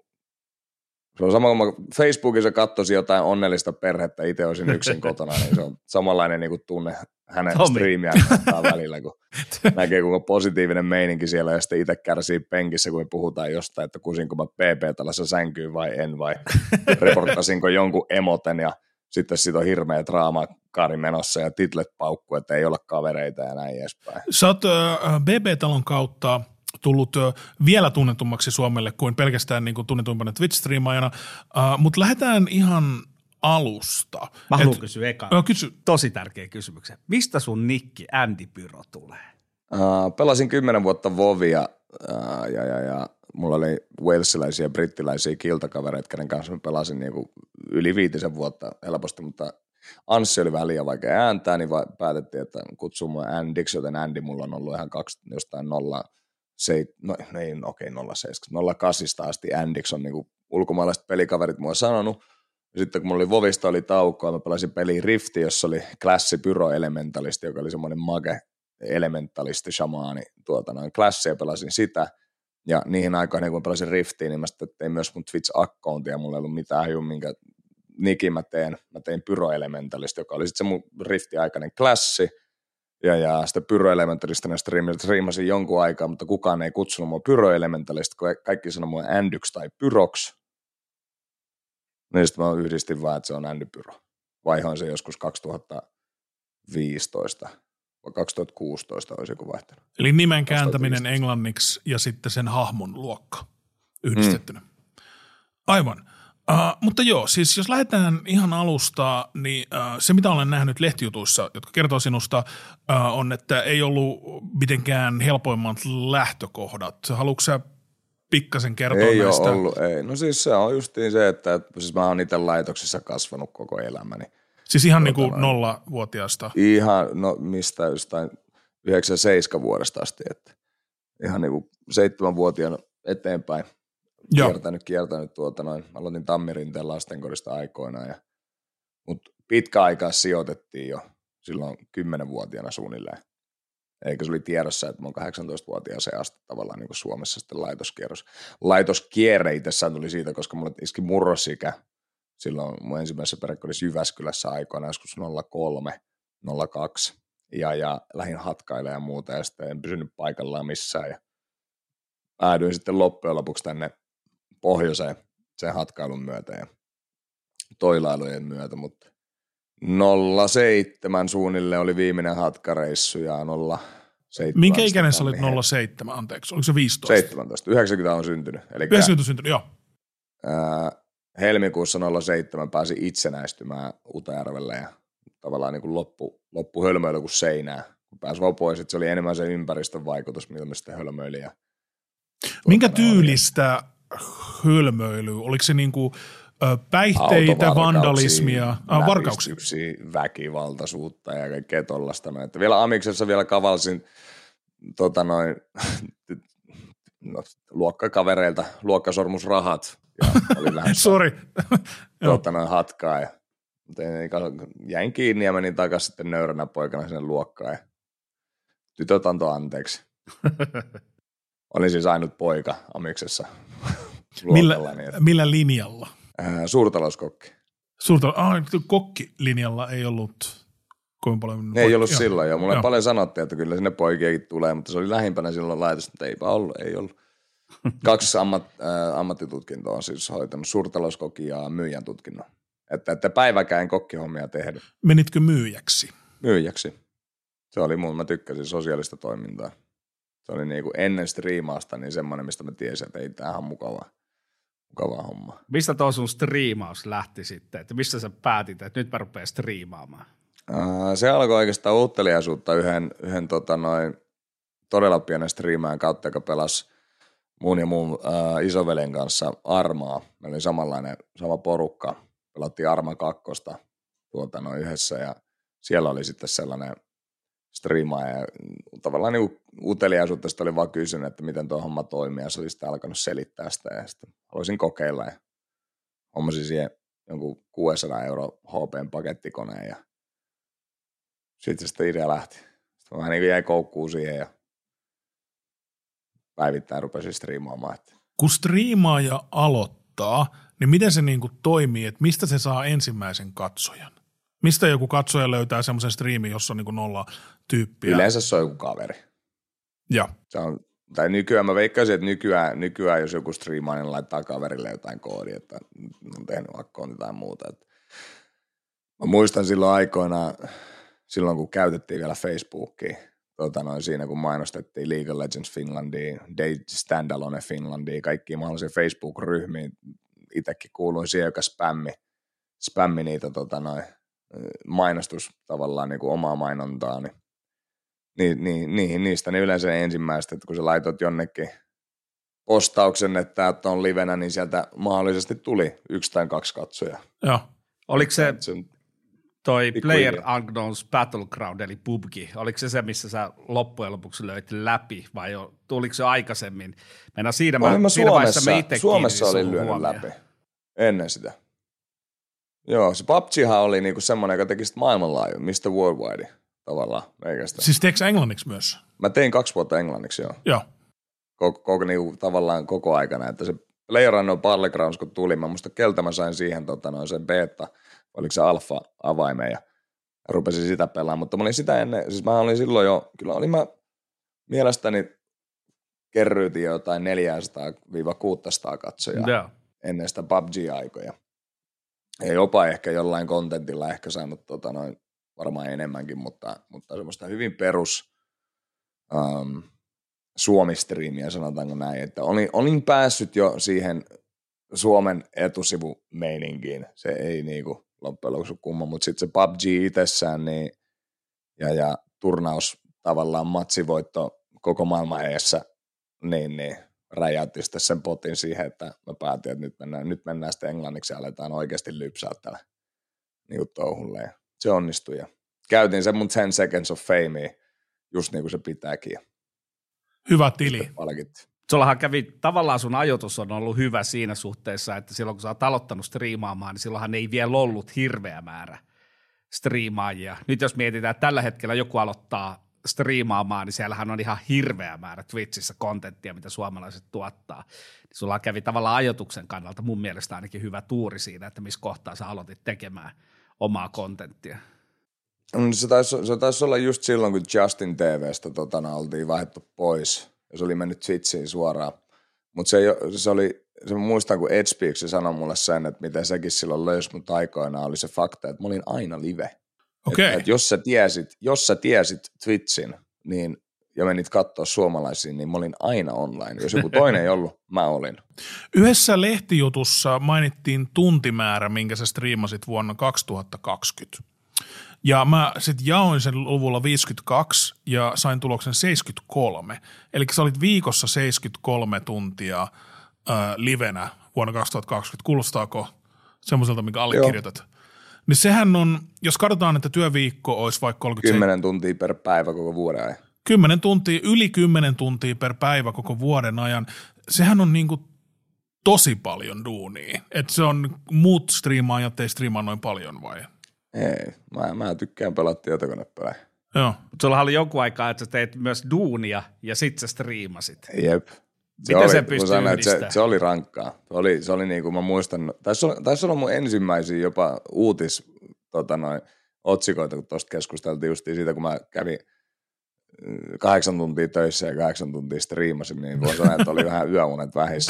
se on sama, kun mä Facebookissa katsoisin jotain onnellista perhettä, itse olisin yksin kotona, niin se on samanlainen niin kuin tunne hänen Tomi. striimiään välillä, kun näkee kuinka positiivinen meininki siellä ja sitten itse kärsii penkissä, kun me puhutaan jostain, että kusinko mä P P-talassa sänkyyn vai en, vai reportasinko jonkun emoten ja sitten siitä on hirveä draamakaari menossa ja titlet paukkuu, että ei olla kavereita ja näin edespäin. Sä oot äh, B B-talon kautta tullut äh, vielä tunnetummaksi Suomelle kuin pelkästään niin kuin tunnetuimpana Twitch-striimaajana, äh, mutta lähdetään ihan alusta. Mä haluan Et, kysyä eka. äh, kysy. Tosi tärkeä kysymyksen. Mistä sun nikki Andy Pyro tulee? Uh, pelasin kymmenen vuotta Vovia uh, ja, ja, ja mulla oli walesilaisia ja brittiläisiä kiltakavereita, kenen kanssa mä pelasin niinku yli viitisen vuotta helposti, mutta Anssi oli vähän liian vaikea ääntää, niin päätettiin, että kutsuu mua Andyksi, joten Andy mulla on ollut ihan kaksi, jostain nolla, se, no ei, no, okei, nolla seitsemän, nolla kahdeksan asti Andyksi on niinku ulkomaalaiset pelikaverit mua sanonut. Ja sitten kun mulla oli Vovista oli taukoa, mä pelasin peliin Rifti, jossa oli Klassi Pyro Elementalisti, joka oli semmoinen mage elementalisti, shamaani, tuota noin Klassia, pelasin sitä. Ja niihin aikoihin, kun mä pelasin Riftiin, niin mä sitten tein myös mun Twitch-accountia, ja mulla ei ollut mitään hajua, minkä nikin mä tein. Mä tein Pyro Elementalista, joka oli sitten se mun Rifti-aikainen Klassi. Ja, ja sitten Pyro Elementalista mä striimasin jonkun aikaa, mutta kukaan ei kutsunut mua Pyro Elementalista, kun kaikki sanoi mua Andyksi tai Pyroksi. Niin sitten mä yhdistin vaan, että se on Andy Pyro. Vaihoin se joskus kaksituhattaviisitoista vai kaksituhattakuusitoista olisi joku vaihtanut. Eli nimen kääntäminen englanniksi ja sitten sen hahmon luokka yhdistettynä. Mm. Aivan. Uh, mutta joo, siis jos lähdetään ihan alusta, niin uh, se mitä olen nähnyt lehtijutuissa, jotka kertoo sinusta, uh, on, että ei ollut mitenkään helpoimmat lähtökohdat. Haluatko sä pikkasen kertoa ei näistä? Ei ole ollut, ei. No siis se on justiin se, että siis mä oon itse laitoksissa kasvanut koko elämäni. Siis ihan niin kuin nollavuotiaasta? Ihan, no mistä jostain yhdeksänkymmentäseitsemän vuodesta asti, että ihan niin kuin seitsemänvuotiaana eteenpäin. Joo. Kiertänyt, kiertänyt tuota noin. Aloitin Tammirinteen lastenkodista aikoinaan, ja, mutta pitkä aikaa sijoitettiin jo silloin kymmenvuotiaana suunnilleen. Eikä se oli tiedossa, että mä oon kahdeksantoistavuotiaaseen asti tavallaan niin kuin Suomessa sitten laitoskierros. Laitoskierre itsessään tuli siitä, koska mulle iski murrosikä. Silloin mun ensimmäisessä perhekodissa Jyväskylässä aikoina, joskus nolla kolme nolla kaksi. Ja, ja lähdin hatkailemaan ja muuta, ja sitten en pysynyt paikallaan missään. Ja päädyin sitten loppujen lopuksi tänne pohjoiseen sen hatkailun myötä ja toilailujen myötä, mutta nolla seitsemän suunnilleen oli viimeinen hatkareissu ja nolla seitsemän. Minkä ikäinen sä olit nolla seitsemän, anteeksi, oliko se viisitoista? seitsemäntoista, yhdeksänkymmentä on syntynyt. Eli yhdeksänkymmentä syntynyt, joo. Ää, helmikuussa nolla seitsemän pääsi itsenäistymään Utajärvelle ja tavallaan niin kuin loppu, loppu hölmöily kuin seinää. Kun pääsi vaan pois, että se oli enemmän se ympäristön vaikutus, mitä me sitten hölmöili. Ja minkä tyylistä hölmöilyä? Oliko se niin kuin päihteitä, vandalismia, äh, varkauksia? Väkivaltaisuutta ja kaikkea tollaista. Että vielä Amiksessa vielä kavalsin tota noin, no, luokkakavereilta luokkasormusrahat. Ja oli lähes Sori. tota noin hatkaa. Ja, jäin kiinni ja menin takaisin sitten nöyränä poikana sinne luokkaan. Ja tytöt antoi anteeksi. Olin siis ainut poika Amiksessa. Millä, millä linjalla? Äh, suurtalouskokki. Suurtalous, ah, kokkilinjalla ei ollut kovin paljon. Ne ei ollut joo. silloin jo. Mulle joo. paljon sanottiin, että kyllä sinne poikiakin tulee, mutta se oli lähimpänä silloin laitos, mutta eipä ollut, ei ollut. Kaksi ammat, äh, ammattitutkintoa on siis hoitanut, suurtalouskokki ja myyjän tutkinnon. Että, että päiväkään kokkihommia tehnyt. Menitkö myyjäksi? Myyjäksi. Se oli mun, mä tykkäsin sosiaalista toimintaa. Se oli niin kuin ennen striimausta niin semmoinen, mistä mä tiesin, että ei tämähän on mukavaa, mukavaa hommaa. Mistä tuo sun striimaus lähti sitten? Että missä sä päätit, että nyt mä rupean striimaamaan? Uh, se alkoi oikeastaan uutteliaisuutta yhden, yhden tota noin, todella pienen striimään kautta, joka pelasi mun ja mun uh, isoveljen kanssa Armaa. Meillä oli samanlainen, sama porukka. Pelattiin Arma kakkosta tuota noin yhdessä ja siellä oli sitten sellainen striimaaja ja tavallaan niin uteliaisuutta sitä oli vaan kysynyt, että miten tuo homma toimii ja se oli sitten alkanut selittää sitä ja sitten haluaisin kokeilla ja hommasin siihen jonkun kuusisataa euroa H P:n pakettikoneen ja sitten sitä idea lähti. Sitten vähän niin kuin jäi koukkuun siihen ja päivittäin rupesin striimaamaan. Kun striimaaja aloittaa, niin miten se niin kuin toimii, että mistä se saa ensimmäisen katsojan? Mistä joku katsoja löytää semmoisen striimin, jossa on niin kuin nolla tyyppiä? Yleensä se on joku kaveri. Ja. Se on, tai nykyään, mä veikkaisin, että nykyään, nykyään jos joku striimaa, niin laittaa kaverille jotain koodia, että on tehnyt akkoon tai muuta. Että mä muistan silloin aikoinaan, silloin kun käytettiin vielä Facebookia, tota noin, siinä kun mainostettiin League of Legends Finlandia, Day Standalone Finlandia, kaikkia mahdollisia Facebook-ryhmiä, itsekin kuuluin siihen, joka spämmi, spämmi niitä tota noin, mainostus tavallaan niin kuin omaa mainontaa, niin, niin, niin, niin niistä niin yleensä ensimmäistä, että kun sä laitot jonnekin postauksen, että että on livenä, niin sieltä mahdollisesti tuli yksi tai kaksi katsojaa. Joo. Oliko se toi PlayerUnknown's Battleground, eli P U B G, oliko se se, missä sä loppujen lopuksi löit läpi, vai jo, tuliko se aikaisemmin? Mennään siinä, mä, mä siinä Suomessa, vaiheessa mä itse Suomessa olin lyönyt huomioon läpi ennen sitä. Joo, se P U B Ghan oli niinku semmoinen, joka teki sitä maailmanlaajuun, mister Worldwide tavallaan. Meikästä. Siis teekö sä englanniksi myös? Mä tein kaksi vuotta englanniksi, joo. Joo. Koko, koko, niinku, tavallaan koko aikana, että se PlayerUnknown Battlegrounds, kun tuli, mä muista keltä mä sain siihen tota, noin sen beta, oliko se alfa-avaimen ja rupesin sitä pelaamaan, mutta mä olin sitä ennen, siis mä olin silloin jo, kyllä olin mä mielestäni kerryytin jotain neljäsataa kuusisataa katsojaa yeah. ennen sitä P U B G-aikoja. Ja jopa ehkä jollain kontentilla ehkä saanut tota noin, varmaan enemmänkin, mutta, mutta semmoista hyvin perus um, Suomi-striimiä, sanotaanko näin, että olin, olin päässyt jo siihen Suomen etusivumeininkiin. Se ei niinku loppujen lopuksi kumma, mutta sitten se P U B G itsessään niin, ja, ja turnaus tavallaan matsivoitto koko maailman eessä, niin, niin räjäytti sitten sen potin siihen, että mä päätin, että nyt mennään, nyt mennään sitten englanniksi ja aletaan oikeasti lypsää tällä niin touhulle. Ja se onnistui ja käytin sen mun ten seconds of famea just niin kuin se pitääkin. Hyvä tili. Palkittiin. Sullahan kävi, tavallaan sun ajoitus on ollut hyvä siinä suhteessa, että silloin kun sä oot aloittanut striimaamaan, niin silloinhan ei vielä ollut hirveä määrä striimaajia. Nyt jos mietitään, että tällä hetkellä joku aloittaa striimaamaan, niin siellähän on ihan hirveä määrä Twitchissä kontenttia, mitä suomalaiset tuottaa. Niin sulla kävi tavallaan ajoituksen kannalta mun mielestä ainakin hyvä tuuri siinä, että missä kohtaa sä aloitit tekemään omaa kontenttia. Se taisi, se taisi olla just silloin, kun Justin T V:stä totana oltiin vaihdettu pois. Ja se oli mennyt Twitchiin suoraan. Mutta se, se oli, se muistan kun Edgepeak se sanoi mulle sen, että miten sekin silloin löysi mut aikoinaan, oli se fakta, että mä olin aina live. Okei. Että et jos sä tiesit, jos sä tiesit Twitchin, niin ja menit katsoa suomalaisia, niin mä olin aina online. Jos joku toinen ei ollut, mä olin. Yhdessä lehtijutussa mainittiin tuntimäärä, minkä sä striimasit vuonna kaksituhattakaksikymmentä. Ja mä sitten jaoin sen luvulla viisikymmentäkaksi ja sain tuloksen seitsemänkymmentäkolme. Eli sä olit viikossa seitsemänkymmentäkolme tuntia äh, livenä vuonna kaksituhattakaksikymmentä. Kuulostaako semmoiselta, mikä allekirjoitat? Joo. Niin sehän on, jos katsotaan, että työviikko olisi vaikka kolmekymmentäseitsemän. kymmenen tuntia per päivä koko vuoden ajan. kymmenen tuntia, yli kymmenen tuntia per päivä koko vuoden ajan. Sehän on niinku tosi paljon duunia. Että se on, muut striimaajat ei striimaa noin paljon vai? Ei, mä, mä tykkään pelaa tietokonepelejä. Joo. Sulla oli joku aikaa, että sä teit myös duunia ja sit sä striimasit. Jep. Miten oli, se pystyy yhdistämään? Se, se oli rankkaa. Se oli, se oli niin kuin mä muistan, taisi olla, taisi olla mun ensimmäisiä jopa uutis tota noin, otsikoita, kun tuosta keskusteltiin justiin siitä, kun mä kävin kahdeksan tuntia töissä ja kahdeksan tuntia striimasin, niin voi sanoa, että oli vähän yöunet vähissä.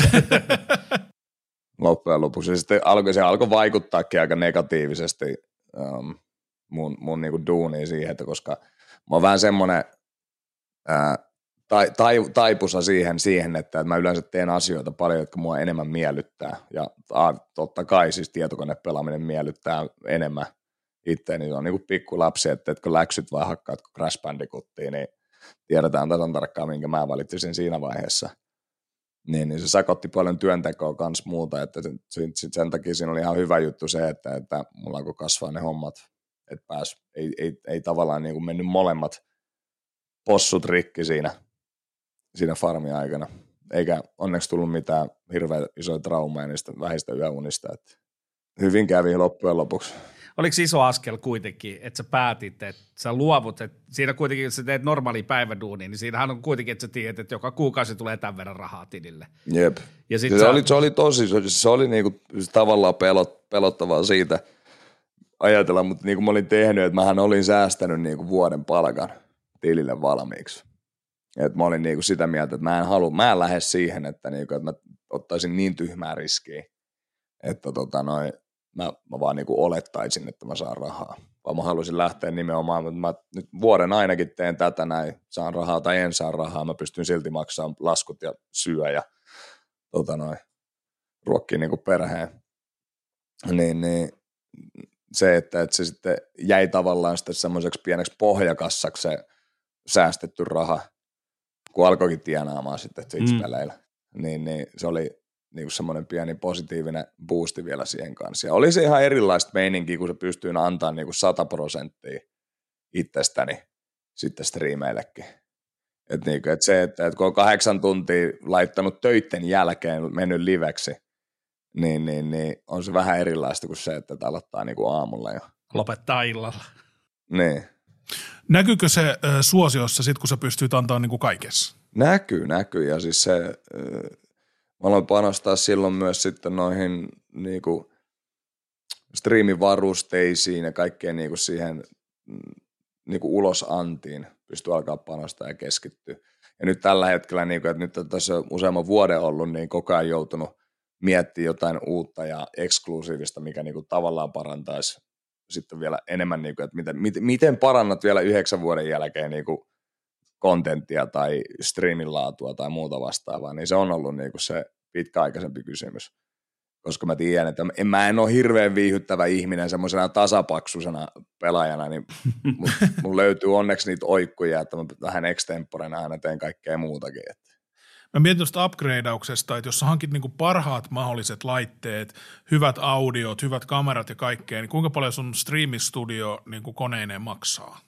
Loppujen lopuksi. Ja sitten alkoi, se alkoi vaikuttaakin aika negatiivisesti um, mun, mun niinku duuniin siihen, että koska mä oon vähän semmoinen ää, tai, tai, taipusa siihen, siihen että, että mä yleensä teen asioita paljon, jotka mua enemmän miellyttää. Ja a, totta kai siis tietokonepelaaminen miellyttää enemmän itse, niin se on niin kuin pikkulapsi, että, että kun läksyt vai hakkaat kun Crash Bandicootia, niin tiedetään tasan tarkkaan, minkä mä valitsin siinä vaiheessa. Niin, niin se sakotti paljon työntekoa kans muuta, että sen, sen takia siinä oli ihan hyvä juttu se, että, että mulla alkoi kasvaa ne hommat, että pääs, ei, ei, ei tavallaan niin kuin mennyt molemmat possut rikki siinä, siinä farmin aikana, eikä onneksi tullut mitään hirveän isoja traumeja niistä vähistä yöunista, että hyvin kävi loppujen lopuksi. Oliko iso askel kuitenkin, että sä päätit, että sä luovut, että siinä kuitenkin, jos sä teet normaalia päiväduunia, niin siinähän on kuitenkin, että sä tiedät, että joka kuukausi tulee tämän verran rahaa tilille. Jep. Ja sit se, sä... oli, se oli tosi, se oli, se oli niinku tavallaan pelot, pelottavaa siitä ajatella, mutta niin kuin mä olin tehnyt, että mähän olin säästänyt niinku vuoden palkan tilille valmiiksi. Että mä olin niinku sitä mieltä, että mä en halua, mä en lähde siihen, että, niinku, että mä ottaisin niin tyhmää riskiä, että tota noin, Mä, mä vaan niinku olettaisin, että mä saan rahaa. Vaan mä halusin lähteä nimenomaan, mutta mä nyt vuoden ainakin teen tätä näin, saan rahaa tai en saa rahaa, mä pystyn silti maksamaan laskut ja syö ja tota noin, ruokkiin niinku perheen. Niin, niin se, että, että se sitten jäi tavallaan sitten semmoiseksi pieneksi pohjakassaksi se säästetty raha, kun alkoikin tienaamaan sitten Twitch-peleillä, mm. niin, niin se oli niinku semmoinen pieni positiivinen boosti vielä siihen kanssa. Ja oli se ihan erilaista meininkiä, kun se pystyy antaa niinku sata prosenttia itsestäni sitten striimeillekin. Että niinku, et se, että et kun on kahdeksan tuntia laittanut töitten jälkeen mennyt liveksi, niin, niin, niin on se vähän erilaista kuin se, että aloittaa niinku aamulla jo. Lopettaa illalla. Niin. Näkyykö se äh, suosiossa sit, kun sä pystyt antaa niinku kaikessa? Näkyy, näkyy. Ja siis se... Äh, Mä aloin panostaa silloin myös sitten noihin niinku striimivarusteisiin ja kaikkeen niinku siihen niinku ulosantiin pystyy alkaa panostaa ja keskittyä. Ja nyt tällä hetkellä, niinku, että nyt on tässä useamman vuoden ollut, niin koko ajan joutunut miettimään jotain uutta ja eksklusiivista, mikä niinku tavallaan parantaisi sitten vielä enemmän, niinku, että miten, miten, miten parannat vielä yhdeksän vuoden jälkeen niinku kontenttia tai striimin laatua tai muuta vastaavaa, niin se on ollut niinku se pitkäaikaisempi kysymys. Koska mä tiedän, että en, mä en ole hirveän viihyttävä ihminen semmoisena tasapaksusena pelaajana, niin mun, mun löytyy onneksi niitä oikkuja, että mä vähän extemporena aina teen kaikkea muutakin. Mä mietin tuosta upgradeauksesta, että jos sä hankit niinku parhaat mahdolliset laitteet, hyvät audiot, hyvät kamerat ja kaikkea, niin kuinka paljon sun striimistudio niinku koneineen maksaa?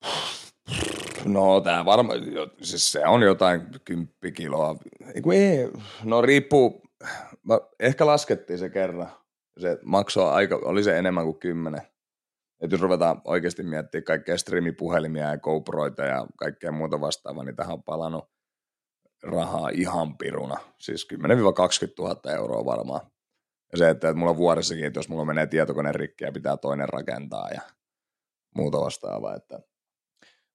No tää varmaan, siis se on jotain kymppikiloa. Eiku ei, no riippuu, mä, ehkä laskettiin se kerran. Se maksoi aika, oli se enemmän kuin kymmenen. Et jos ruvetaan oikeasti miettimään kaikkea striimipuhelimia ja GoProita ja kaikkea muuta vastaavaa, niin tähän on palannut rahaa ihan piruna. Siis kymmenen kaksikymmentä tuhatta euroa varmaan. Ja se, että, että mulla on vuodessakin, että jos mulla menee tietokone rikki ja pitää toinen rakentaa ja muuta vastaavaa, että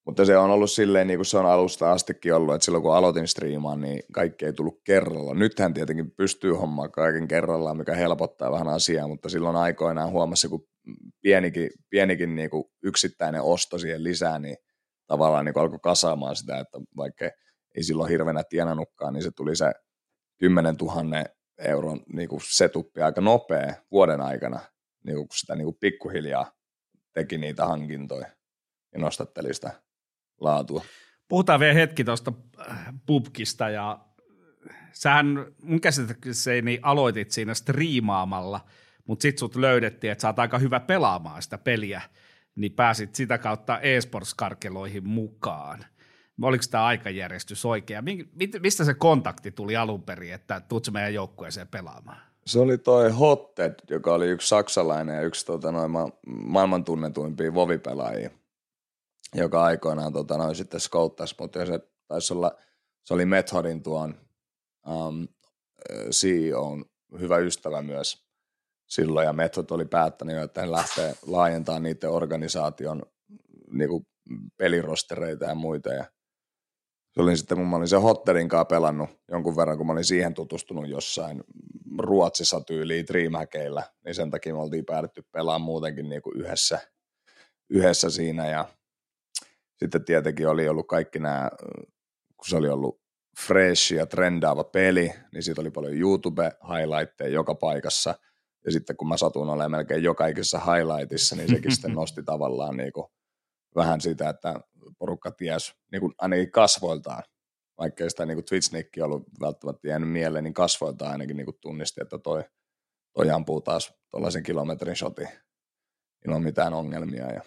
Mutta se on ollut silleen, niin kuin se on alusta astikin ollut, että silloin kun aloitin striimaan, niin kaikki ei tullut kerralla. Nythän tietenkin pystyy hommaan kaiken kerrallaan, mikä helpottaa vähän asiaa, mutta silloin aikoinaan huomasi, kun pienikin, pienikin niin kuin yksittäinen osto siihen lisää, niin tavallaan niin kuin alkoi kasaamaan sitä, että vaikka ei silloin hirveänä tienannutkaan, niin se tuli se kymmenen tuhannen euron niin kuin setuppi aika nopea vuoden aikana, niin kuin kun sitä niin kuin pikkuhiljaa teki niitä hankintoja ja nostatteli sitä laatua. Puhutaan vielä hetki tuosta pubkista ja sähän mun käsittääkseni aloitit siinä striimaamalla, mutta sit sut löydettiin, että sä oot aika hyvä pelaamaan sitä peliä, niin pääsit sitä kautta eSports-karkeloihin mukaan. Oliko tämä aikajärjestys oikea? Mistä se kontakti tuli alun perin, että tuut meidän joukkueeseen pelaamaan? Se oli toi Hotted, joka oli yksi saksalainen ja yksi tota, noin ma- maailman tunnetuimpia vovipelaajia, joka aikoinaan tota, noin sitten skouttasi, mutta se taisi olla, se oli Methodin tuon um, C E O:n hyvä ystävä myös silloin, ja Method oli päättänyt, että hän lähtee laajentamaan niiden organisaation niin kuin pelirostereita ja muita, ja se oli sitten, kun mä olin sen Hotterin kanssa pelannut jonkun verran, kun mä olin siihen tutustunut jossain Ruotsissa tyyliin Dreamhackeillä, niin sen takia me oltiin päädytty pelaamaan muutenkin niin kuin yhdessä, yhdessä siinä, ja sitten tietenkin oli ollut kaikki nämä, kun se oli ollut fresh ja trendaava peli, niin siitä oli paljon YouTube-highlightteja joka paikassa, ja sitten kun mä satuin olemaan melkein joka ikisessä highlightissa, niin sekin sitten nosti tavallaan niin kuin vähän sitä, että porukka ties niin kuin ainakin kasvoiltaan, vaikka ei sitä niin kuin Twitch-nikki ollut välttämättä jäänyt mieleen, niin kasvoiltaan ainakin niin kuin tunnisti, että toi, toi ampuu taas tuollaisen kilometrin shotin ilman mitään ongelmia. Ja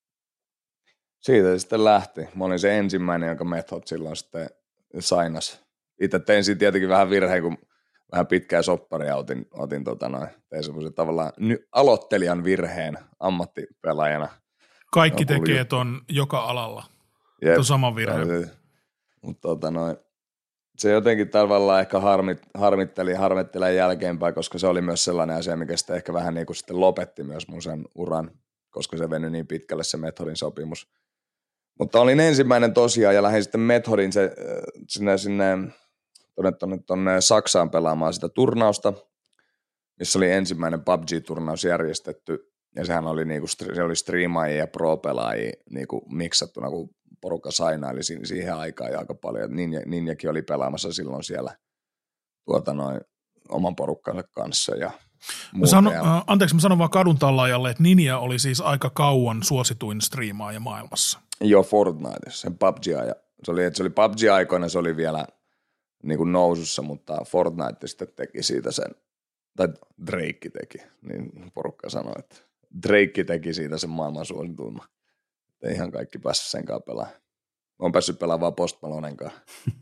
siitä se sitten lähti. Mä olin se ensimmäinen, jonka Method silloin sitten sainas. Itse tein siitä tietenkin vähän virheen, kun vähän pitkää sopparia otin, otin tota noin. Tein semmoisen tavallaan ny- aloittelijan virheen ammattipelaajana. Kaikki no, tekee ton joka alalla. Jep, ton saman virheen. Mutta tota noin, se jotenkin tavallaan ehkä harmit, harmitteli harmittelee jälkeenpäin, koska se oli myös sellainen asia, mikä sitten ehkä vähän niin kuin sitten lopetti myös mun sen uran, koska se venyi niin pitkälle se Methodin sopimus. Mutta olin ensimmäinen tosiaan ja lähdin sitten Methodin se, sinne, sinne tonne, tonne, tonne Saksaan pelaamaan sitä turnausta, missä oli ensimmäinen P U B G-turnaus järjestetty. Ja sehän oli, niinku, se oli striimaajia ja pro-pelaajia niinku miksattuna, kun porukka sainaili siihen aikaan ja aika paljon. Ninja, Ninjakin oli pelaamassa silloin siellä tuota noin, oman porukkansa kanssa. Ja mä sano, ja anteeksi, mä sanon vaan kadun tallaajalle, että Ninja oli siis aika kauan suosituin striimaaja maailmassa. Joo, Fortnite, sen P U B G. Ja se oli, että se oli P U B G-aikoina, se oli vielä niin kuin nousussa, mutta Fortnite sitten teki siitä sen, tai Drake teki, niin porukka sanoi, että Drake teki siitä sen maailman suosituimman. Ei ihan kaikki päässyt sen kanssa pelaamaan. Olen päässyt pelaamaan vaan Post Malonen kanssa.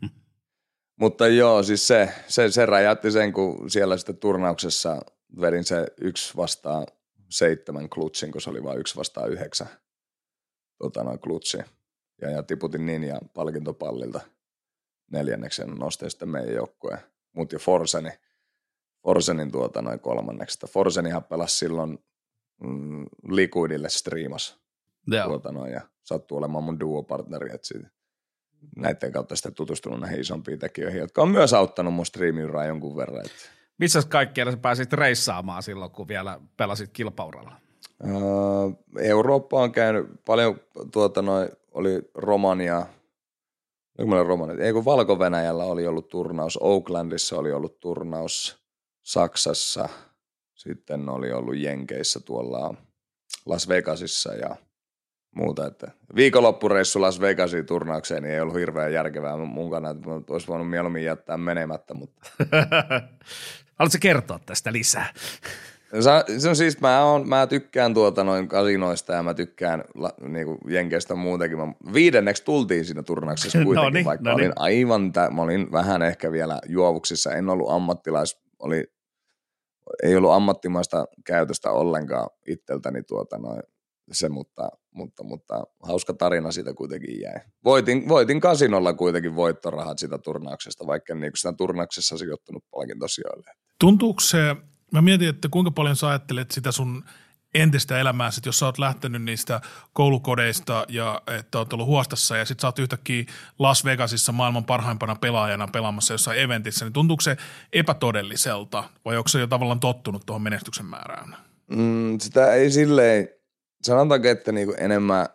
Mutta joo, siis se, se, se räjäytti sen, kun siellä sitten turnauksessa vedin se yksi vastaan seitsemän klutsin, kun se oli vain yksi vastaan yhdeksän tota, noin klutsi. Ja, ja tiputin Ninja palkintopallilta neljänneksi ja nostin sitten meidän joukkueen. Mut ja Forseni, Forsenin tuota noin kolmanneksi. Forsenihan pelasi silloin mm, Liquidille striimas. Tuota noin, ja sattuu olemaan mun duo-partneri, että siitä näiden kautta sitten tutustunut näihin isompiin tekijöihin, jotka on myös auttanut mun striimiuraa jonkun verran. Että missä kaikkialla sä pääsit reissaamaan silloin, kun vielä pelasit kilpauralla? Öö, Eurooppa on käynyt paljon, tuota noin, oli Romania, Romania, ei kun Valko-Venäjällä oli ollut turnaus, Oaklandissa oli ollut turnaus, Saksassa, sitten oli ollut Jenkeissä tuolla Las Vegasissa ja muuta, että viikonloppureissu Las Vegasin turnaukseen niin ei ollut hirveän järkevää mun kannalta, että olisi voinut mieluummin jättää menemättä, mutta haluatko kertoa tästä lisää? Se on siis, mä, on, mä tykkään tuota noin kasinoista ja mä tykkään niinku Jenkeistä muutenkin. Mä, viidenneksi tultiin siinä turnauksessa kuitenkin, no niin, vaikka no olin niin. aivan, tä, mä olin vähän ehkä vielä juovuksissa, en ollut ammattilais, oli, ei ollut ammattimaista käytöstä ollenkaan itseltäni tuota noin se, mutta, mutta, mutta hauska tarina siitä kuitenkin jäi. Voitin, voitin kasinolla kuitenkin voittorahat sitä turnauksesta, vaikka en niinku sitä turnauksessa sijoittunut palkintosijoille. Tuntuuko se, mä mietin, että kuinka paljon sä ajattelet sitä sun entistä elämää, sit jos sä oot lähtenyt niistä koulukodeista ja että oot ollut huostassa ja sit sä oot yhtäkkiä Las Vegasissa maailman parhaimpana pelaajana pelaamassa jossain eventissä, niin tuntuuko se epätodelliselta vai onko se jo tavallaan tottunut tuohon menestyksen määrään? Mm, sitä ei silleen, sanotaanko, että niinku enemmän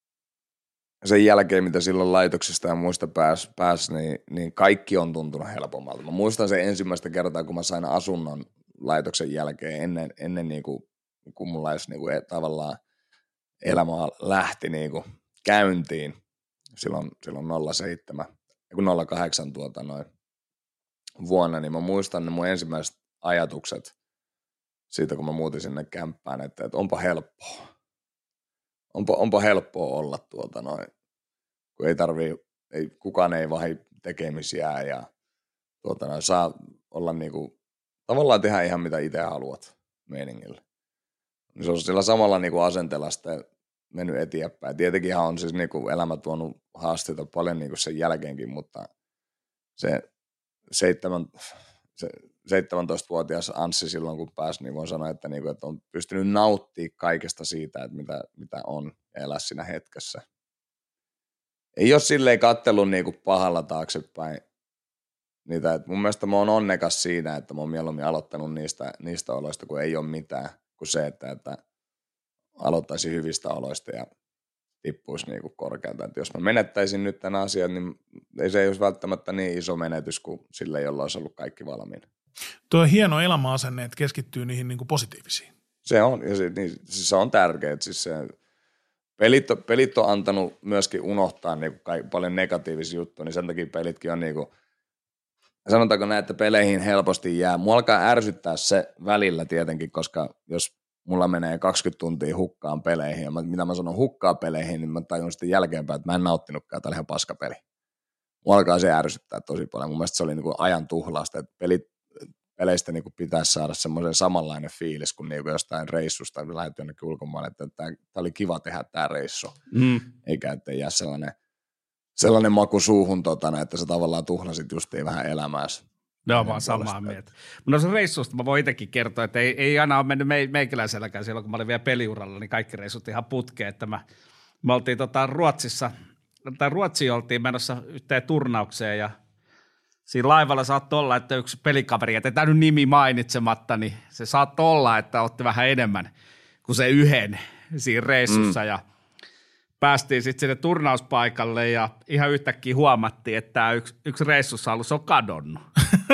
sen jälkeen, mitä silloin laitoksista ja muista pääsi, pääs, niin, niin kaikki on tuntunut helpommalta. Mä muistan sen ensimmäistä kertaa, kun mä sain asunnon laitoksen jälkeen ennen, ennen niinku, kun mulla edes niinku, tavallaan elämä lähti niinku käyntiin silloin, silloin nolla seitsemän, kun nolla kahdeksan tuota noin vuonna, niin mä muistan ne mun ensimmäiset ajatukset siitä, kun mä muutin sinne kämppään, että, että onpa helppoa. Onpa, onpa helppoa olla tuota noin, kun ei tarvii, ei, kukaan ei vahi tekemisiä ja tuota noin, saa olla niinku, tavallaan tehdä ihan mitä itse haluat meiningillä. Se on sillä samalla niinku asenteella sitten mennyt eteenpäin. Tietenkinhan on siis niinku elämä tuonut haasteita paljon niinku sen jälkeenkin, mutta se, seitsemän, se seitsemäntoistavuotias Anssi silloin kun pääsi, niin voin sanoa, että, niinku, että on pystynyt nauttimaan kaikesta siitä, että mitä, mitä on ja elää siinä hetkessä. Ei ole silleen kattellut niinku pahalla taaksepäin niitä, että mun mielestä mä oon onnekas siinä, että mä oon mieluummin aloittanut niistä, niistä oloista, kun ei ole mitään, kuin se, että, että aloittaisin hyvistä oloista ja tippuisi niinku korkealta. Että jos mä menettäisin nyt tämän asian, niin ei se ei olisi välttämättä niin iso menetys kuin sille, jolla olisi ollut kaikki valmiina. Tuo on hieno elämäasenne, että keskittyy niihin niinku positiivisiin. Se on, ja se, niin, siis se on tärkeää. Siis se, pelit, on, pelit on antanut myöskin unohtaa niinku kai, paljon negatiivisia juttuja, niin sen takia pelitkin on niinku, sanotaanko näin, että peleihin helposti jää. Mua alkaa ärsyttää se välillä tietenkin, koska jos mulla menee kaksikymmentä tuntia hukkaan peleihin, ja mä, mitä mä sanon hukkaan peleihin, niin mä tajun sitten jälkeenpäin, että mä en nauttinutkaan, tää oli ihan paskapeli. Mua alkaa se ärsyttää tosi paljon. Mun mielestä se oli niinku ajan tuhlausta, että pelit, peleistä niinku pitäisi saada semmoisen samanlainen fiilis kuin niinku jostain reissusta, että lähdet jonnekin ulkomaille, että tää oli kiva tehdä tää reissu, mm. eikä että jää sellainen, sellainen maku suuhun, totana, että sä tavallaan tuhlasit justiin vähän elämääsi. Ne on vaan samaa mieltä. No se reissusta mä voin itsekin kertoa, että ei, ei aina ole mennyt me, meikäläiselläkään silloin, kun mä olin vielä peliuralla, niin kaikki reissut ihan putkeen, että mä, me oltiin tota Ruotsissa, tai Ruotsiin oltiin menossa yhteen turnaukseen ja siinä laivalla saattoi olla, että yksi pelikaveri, jätetään nyt nimi mainitsematta, niin se saattoi olla, että otti vähän enemmän kuin se yhden siinä reissussa mm. ja päästiin sitten sinne turnauspaikalle ja ihan yhtäkkiä huomattiin, että tämä yksi, yksi reissusalus on kadonnut.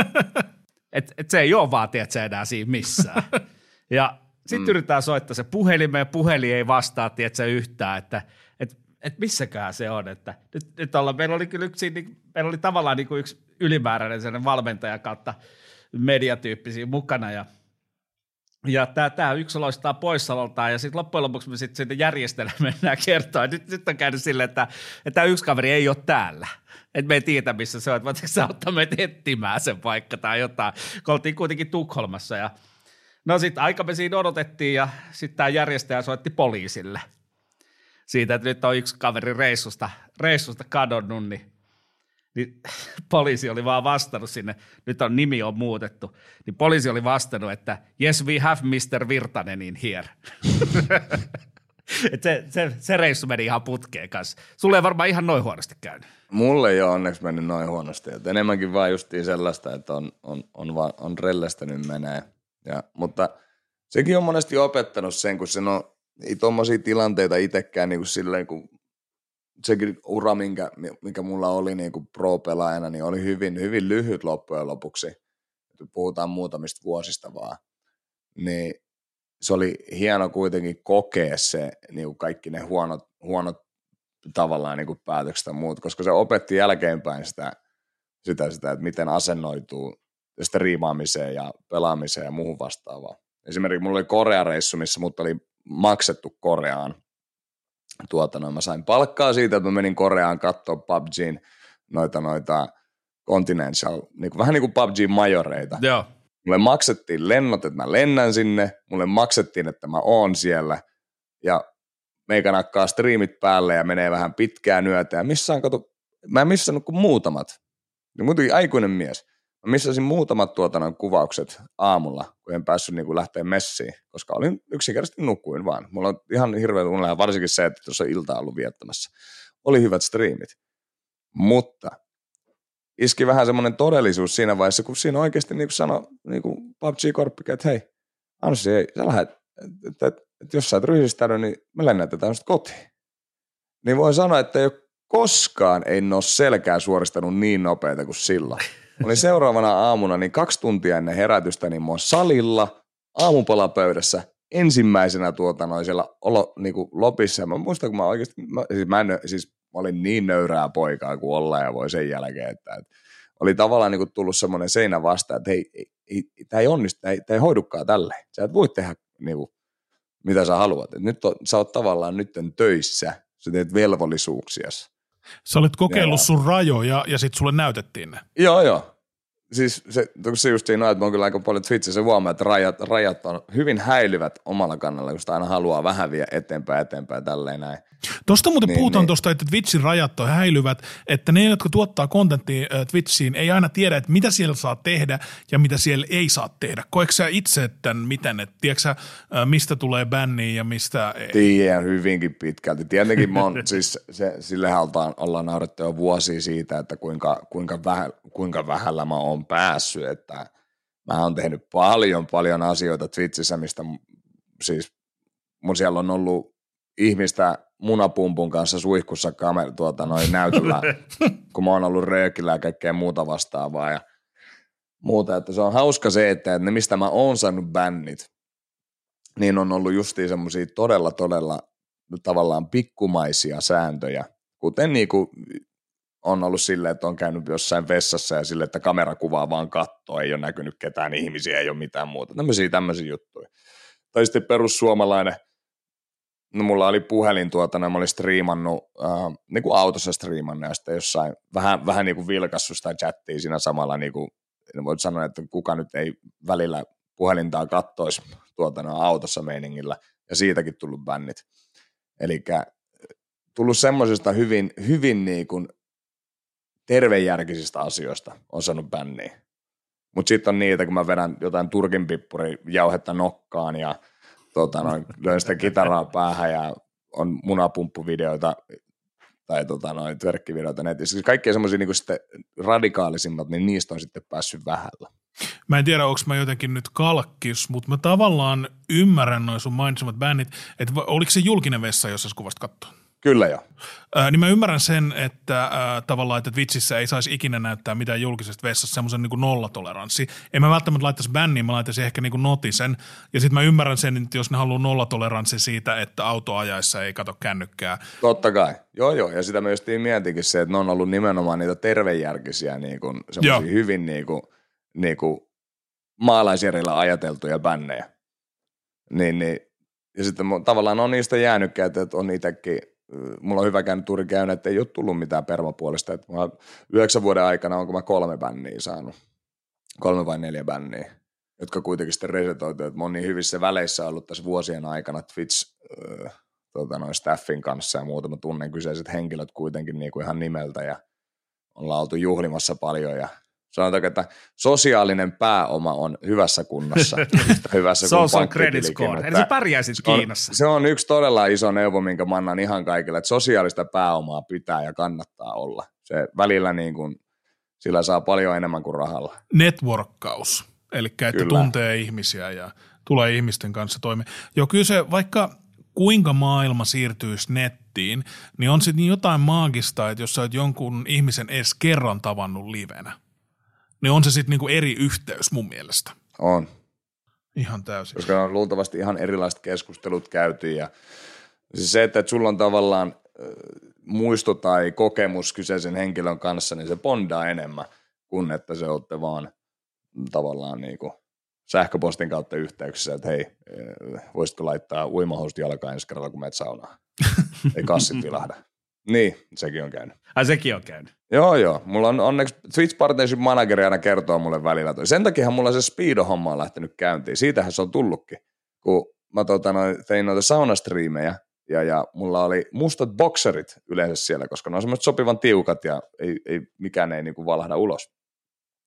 et, et se ei ole vaan, tiedätkö, enää siinä missään. Ja sitten mm. yritetään soittaa se puhelimeen ja puhelin ei vastaa, tiedätkö, yhtään, että et, et missäkään se on. Että nyt, nyt olla, meillä oli kyllä yksi, niin, meillä oli tavallaan niin kuin yksi ylimääräinen sellainen valmentaja kautta mediatyyppisiä mukana ja Ja tämä, tämä yksi loistaa poissaololtaan ja sitten loppujen lopuksi me sitten sinne järjestelmään mennään kertoa. Nyt, nyt on käynyt silleen, että, että tämä yksi kaveri ei ole täällä. Että me ei tiedä, missä se on. Että voitko sä ottaa meitä etsimään sen paikka tai jotain. Kun oltiin kuitenkin Tukholmassa. Ja no sitten aika me siinä odotettiin ja sitten tämä järjestäjä soitti poliisille. Siitä, että nyt on yksi kaveri reissusta, reissusta kadonnut, niin niin poliisi oli vaan vastannut sinne, nyt on nimi on muutettu, niin poliisi oli vastannut, että yes we have mister Virtanen in here. Et se, se, se reissu meni ihan putkeen kanssa. Sulle ei varmaan ihan noin huonosti käynyt. Mulle ei ole onneksi mennyt noin huonosti, että enemmänkin vaan justiin sellaista, että on, on, on, vaan, on rellestänyt menee. Ja, mutta sekin on monesti opettanut sen, kun sen on ei tommosia tilanteita itsekään niin kuin silleen, kun sekin ura, minkä, mikä mulla oli niin kuin pro-pelaajana, niin oli hyvin, hyvin lyhyt loppujen lopuksi. Puhutaan muutamista vuosista vaan. Niin se oli hieno kuitenkin kokea se, niin kuin kaikki ne huonot, huonot tavallaan niin kuin päätökset ja muut, koska se opetti jälkeenpäin sitä, sitä, sitä, että miten asennoituu sitä riimaamiseen ja pelaamiseen ja muuhun vastaavaan. Esimerkiksi mulla oli Korea-reissu, missä mut oli maksettu Koreaan. Tuota, no, mä sain palkkaa siitä, että mä menin Koreaan katsoa P U B G:n noita, noita Continental, niin kuin, vähän niin kuin P U B G:n majoreita. Joo. Mulle maksettiin lennot, että mä lennän sinne, mulle maksettiin, että mä oon siellä, ja meikä nakkaa striimit päälle ja menee vähän pitkään yötä, ja missään, kato, mä en missannut kuin muutamat. Ja muutenkin aikuinen mies. missasin muutamat tuotannon kuvaukset aamulla, kun en päässyt niin kuin lähteä messiin, koska olin yksinkertaisesti nukuin vaan. Mulla on ihan hirveä unelma, varsinkin se, että tuossa iltaa ollut viettämässä. Oli hyvät striimit, mutta iski vähän semmoinen todellisuus siinä vaiheessa, kun siinä oikeasti niin kuin sanoi niin kuin P U B G-korppikin, että hei, Anssi, ei, sä lähdet, että, että, että jos sä et ryhdistänyt, niin me lennätetään sitä kotiin. Niin voin sanoa, että ei ole koskaan en ole selkää suoristanut niin nopeita kuin silloin. Olin seuraavana aamuna, niin kaksi tuntia ennen herätystä, niin mä oon salilla, aamupalapöydässä, ensimmäisenä tuota noin siellä olo, niin kuin lopissa. Mä muistan, kun mä oikeasti, mä, siis, mä en, siis mä olin niin nöyrää poikaa kuin ollaan ja voi sen jälkeen, että, että oli tavallaan niin kuin tullut semmoinen seinä vastaan, että hei, ei, ei, tämä ei onnistu, tämä ei, tämä ei hoidukaan tälleen. Sä et voi tehdä niin kuin, mitä sä haluat. Et nyt on, sä oot tavallaan nytten töissä, sä teet velvollisuuksiasi. Sä olit kokeillut ja, sun rajoja ja sit sulle näytettiin ne. Joo, joo. Siis se, se just siinä on, että mä oon kyllä aika paljon Twitchissä huomaa, että rajat, rajat on hyvin häilyvät omalla kannalla, kun sitä aina haluaa vähän vie eteenpäin, eteenpäin, tälleen näin. Tuosta muuten niin, puhutaan niin. tuosta, että Twitchin rajat on häilyvät, että ne, jotka tuottaa kontenttia Twitchiin, ei aina tiedä, että mitä siellä saa tehdä ja mitä siellä ei saa tehdä. Koetko sä itse tämän miten, että tiedätkö sä, mistä tulee bänniä ja mistä ei? Tiedän hyvinkin pitkälti. Tietenkin mä oon, siis se, sillehän ollaan, ollaan naurettu jo vuosia siitä, että kuinka, kuinka, vähä, kuinka vähällä mä oon päässyt, että mä oon tehnyt paljon, paljon asioita Twitchissä, mistä siis mun siellä on ollut ihmistä munapumpun kanssa suihkussa kamer- tuota, noin näytöllä, kun mä oon ollut röökillä ja kaikkea muuta vastaavaa ja muuta. Että se on hauska se, että ne mistä mä oon saanut bännit, niin on ollut justiin semmosia todella, todella tavallaan pikkumaisia sääntöjä, kuten niinku on ollut silleen, että on käynyt jossain vessassa ja silleen, että kamerakuvaa vaan kattoo, ei ole näkynyt ketään ihmisiä, ei ole mitään muuta. Tämmöisiä, tämmöisiä juttuja. Tai sitten perussuomalainen, no mulla oli puhelin tuota, mä olin striimannut, äh, niin kuin autossa striimannut ja sitten jossain vähän, vähän niin kuin vilkassut sitä chattia siinä samalla, niin kuin voit sanoa, että kuka nyt ei välillä puhelintaa kattoisi tuota, no, autossa meiningillä ja siitäkin tullut bännit. Eli tullut semmoisista hyvin, hyvin niin kuin tervejärkisistä asioista on saanut bänniä. Mutta sitten on niitä, kun mä vedän jotain turkinpippuri jauhetta nokkaan ja tota, noin, löin sitä kitaraa päähän ja on munapumppuvideoita tai tota, noin tverkkivideoita netissä. Siis kaikki semmoisia niin sitten radikaalisimmat, niin niistä on sitten päässyt vähällä. Mä en tiedä, onko mä jotenkin nyt kalkkis, mutta mä tavallaan ymmärrän noin sun mainitsemat bändit, että oliko se julkinen vessa, jos sä kuvasta kattoo? Kyllä joo. Äh, niin mä ymmärrän sen, että äh, tavallaan, että Twitchissä ei saisi ikinä näyttää mitään julkisesta vessasta semmoisen niin kuin nollatoleranssi. En mä välttämättä laittaisi bänniin, mä laittaisin ehkä niin kuin notisen. Ja sitten mä ymmärrän sen, että jos ne haluaa nollatoleranssi siitä, että autoajaessa ei kato kännykkää. Totta kai. Joo joo. Ja sitä mä just mietinkin se, että ne on ollut nimenomaan niitä tervejärkisiä, niin kuin, semmoisia hyvin niin kuin, niin kuin maalaisjärjellä ajateltuja bännejä. Niin, niin. Ja sitten tavallaan on niistä jäänytkään, että on itsekin. Mulla on hyvä käynyt tuuri käynyt, että ei ole tullut mitään permapuolista. Että mä yhdeksän vuoden aikana onko mä kolme bänniä saanut. Kolme vai neljä bänniä, jotka kuitenkin sitten resetoitu. Että mä oon niin hyvissä väleissä ollut tässä vuosien aikana Twitch äh, tota noin staffin kanssa ja muuta. Mä tunnen kyseiset henkilöt kuitenkin niin kuin ihan nimeltä ja ollaan oltu juhlimassa paljon ja sanotaanko, että sosiaalinen pääoma on hyvässä kunnossa. hyvässä Social credit score. Eli sä pärjäisit Kiinassa. Se on yksi todella iso neuvo, minkä mä annan ihan kaikille, että sosiaalista pääomaa pitää ja kannattaa olla. Se välillä niin kuin, sillä saa paljon enemmän kuin rahalla. Networkkaus, eli että kyllä. Tuntee ihmisiä ja tulee ihmisten kanssa toimeen. Joo, kyllä se vaikka kuinka maailma siirtyisi nettiin, niin on sitten jotain maagista, että jos sä oot jonkun ihmisen edes kerran tavannut livenä, niin on se sitten niinku eri yhteys mun mielestä. On. Ihan täysin. Koska on luultavasti ihan erilaiset keskustelut käyty ja siis se, että sulla on tavallaan äh, muisto tai kokemus kyseisen henkilön kanssa, niin se bondaa enemmän kuin että se olette vaan tavallaan niinku sähköpostin kautta yhteyksissä, että hei, voisitko laittaa uimahousut jalkaan ensi kerralla, kun menet saunaan. Ei kassit vilahda. Niin, sekin on käynyt. Ai sekin on käynyt. Joo, joo. Mulla on onneksi Twitch Partnership Manageri aina kertoo mulle välillä. Toi. Sen takiahan mulla se Speedo-homma on lähtenyt käyntiin. Siitähän se on tullutkin. Kun mä tota, noin, tein noita saunastriimejä ja, ja mulla oli mustat bokserit yleensä siellä, koska ne on semmoiset sopivan tiukat ja ei, ei, mikään ei niinku valahda ulos.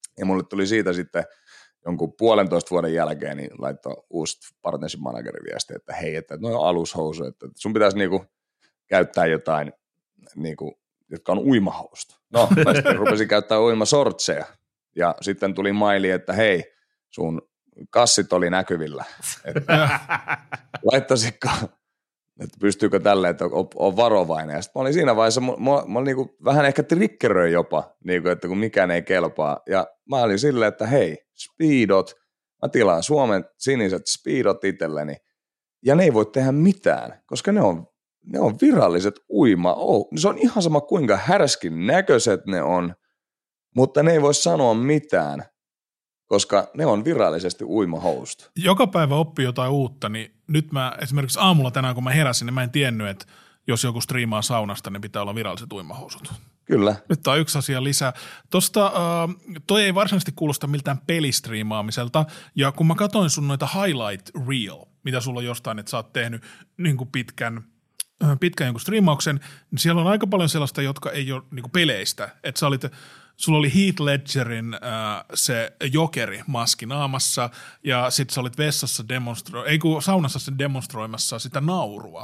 Ja mulle tuli siitä sitten jonkun puolentoista vuoden jälkeen, niin laittoi uusi partnership manageri viesti, että hei, että noi on alushousu, että sun pitäisi niinku käyttää jotain, niinku, jotka on uimahousta. No, mä sitten rupesin käyttää uimasortseja. Ja sitten tuli maili, että hei, sun kassit oli näkyvillä. Että laittaisitko, että pystyykö tälle, että on, on varovainen. Ja sitten mä olin siinä vaiheessa, mä, mä, mä olin niinku, vähän ehkä triggeröi jopa, niinku, että kun mikään ei kelpaa. Ja mä olin silleen, että hei, speedot, mä tilaan Suomen siniset speedot itselleni. Ja ne ei voi tehdä mitään, koska ne on, ne on viralliset uima. Oh, se on ihan sama kuinka härskin näköiset ne on, mutta ne ei voi sanoa mitään, koska ne on virallisesti uimahousta. Joka päivä oppii jotain uutta, niin nyt mä esimerkiksi aamulla tänään, kun mä heräsin, niin mä en tiennyt, että jos joku striimaa saunasta, niin pitää olla viralliset uimahousut. Kyllä. Nyt on yksi asia lisää. Tuosta, äh, toi ei varsinaisesti kuulosta miltään pelistriimaamiselta, ja kun mä katsoin sun noita highlight reel, mitä sulla on jostain, että sä oot tehnyt niin kuin pitkän, äh, pitkän jonkun striimauksen, niin siellä on aika paljon sellaista, jotka ei ole niin kuin peleistä. Että sä olit, sulla oli Heath Ledgerin äh, se jokeri maski naamassa, ja sit sä olit vessassa demonstro- ei kun saunassa sen demonstroimassa sitä naurua.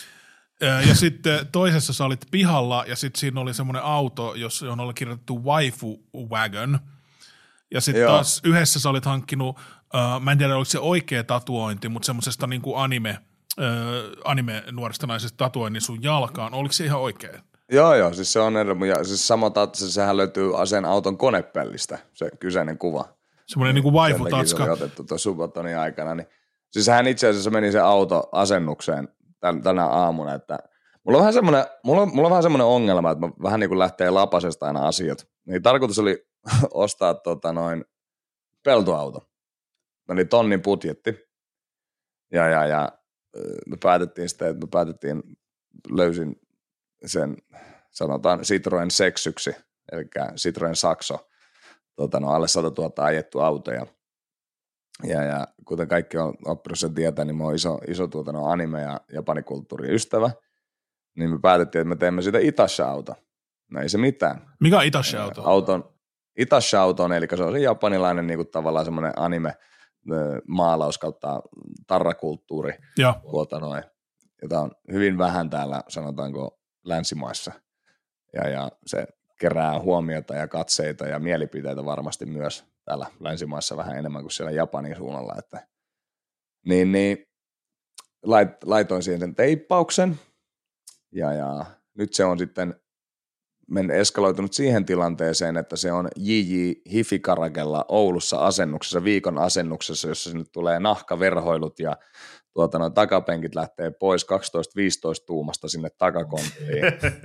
Ja sitten toisessa sä olit pihalla ja sitten siinä oli semmoinen auto, jossa on kirjoitettu waifu wagon. Ja sitten taas yhdessä sä olit hankkinut, uh, mä en tiedä oliko se oikea tatuointi, mutta semmoisesta niinku anime, uh, anime nuoresta naisesta tatuoinnin sun jalkaan. Oliko se ihan oikein? Joo, joo, siis se on ja siis sama tatsi, sehän löytyy aseen auton konepellistä, se kyseinen kuva. Semmoinen niinku waifu-tatska. Se oli otettu tuon Subatonin aikana. Niin, siis hän itse asiassa meni se auto asennukseen tänä aamuna, että mulla on vähän semmoinen, mulla on, mulla on vähän semmoinen ongelma, että mä vähän niin kuin lähtee lapasesta aina asiat. Niin tarkoitus oli ostaa tota noin peltoauto. No niin tonnin budjetti. Ja, ja, ja me päätettiin sitten, että me päätettiin, löysin sen, sanotaan Citroen Sexyksi, eli Citroen Saxo, tota no alle sata tuhatta ajettu auto. Ja, ja, ja kuten kaikki on oppinut sen tietää, niin mä oon iso, iso tuota no anime- ja japanikulttuurin ystävä. Niin me päätettiin, että me teemme siitä Itasha-auto. No ei se mitään. Mikä on Itasha-auto? Auton, Itasha-auto on, eli se on se japanilainen niin kuin tavallaan semmoinen anime-maalaus kautta tarrakulttuuri, tuota noin, jota on hyvin vähän täällä, sanotaanko, länsimaissa. Ja, ja se kerää huomiota ja katseita ja mielipiteitä varmasti myös täällä länsimaissa vähän enemmän kuin siellä Japanin suunnalla. Että, niin, niin lait, laitoin siihen sen teippauksen. Ja, ja nyt se on sitten men eskaloitunut siihen tilanteeseen, että se on J J Hifikarakella Oulussa asennuksessa, viikon asennuksessa, jossa sinne tulee nahkaverhoilut ja tuota, noin takapenkit lähtee pois kaksitoista viisitoista tuumasta sinne takakonttiin.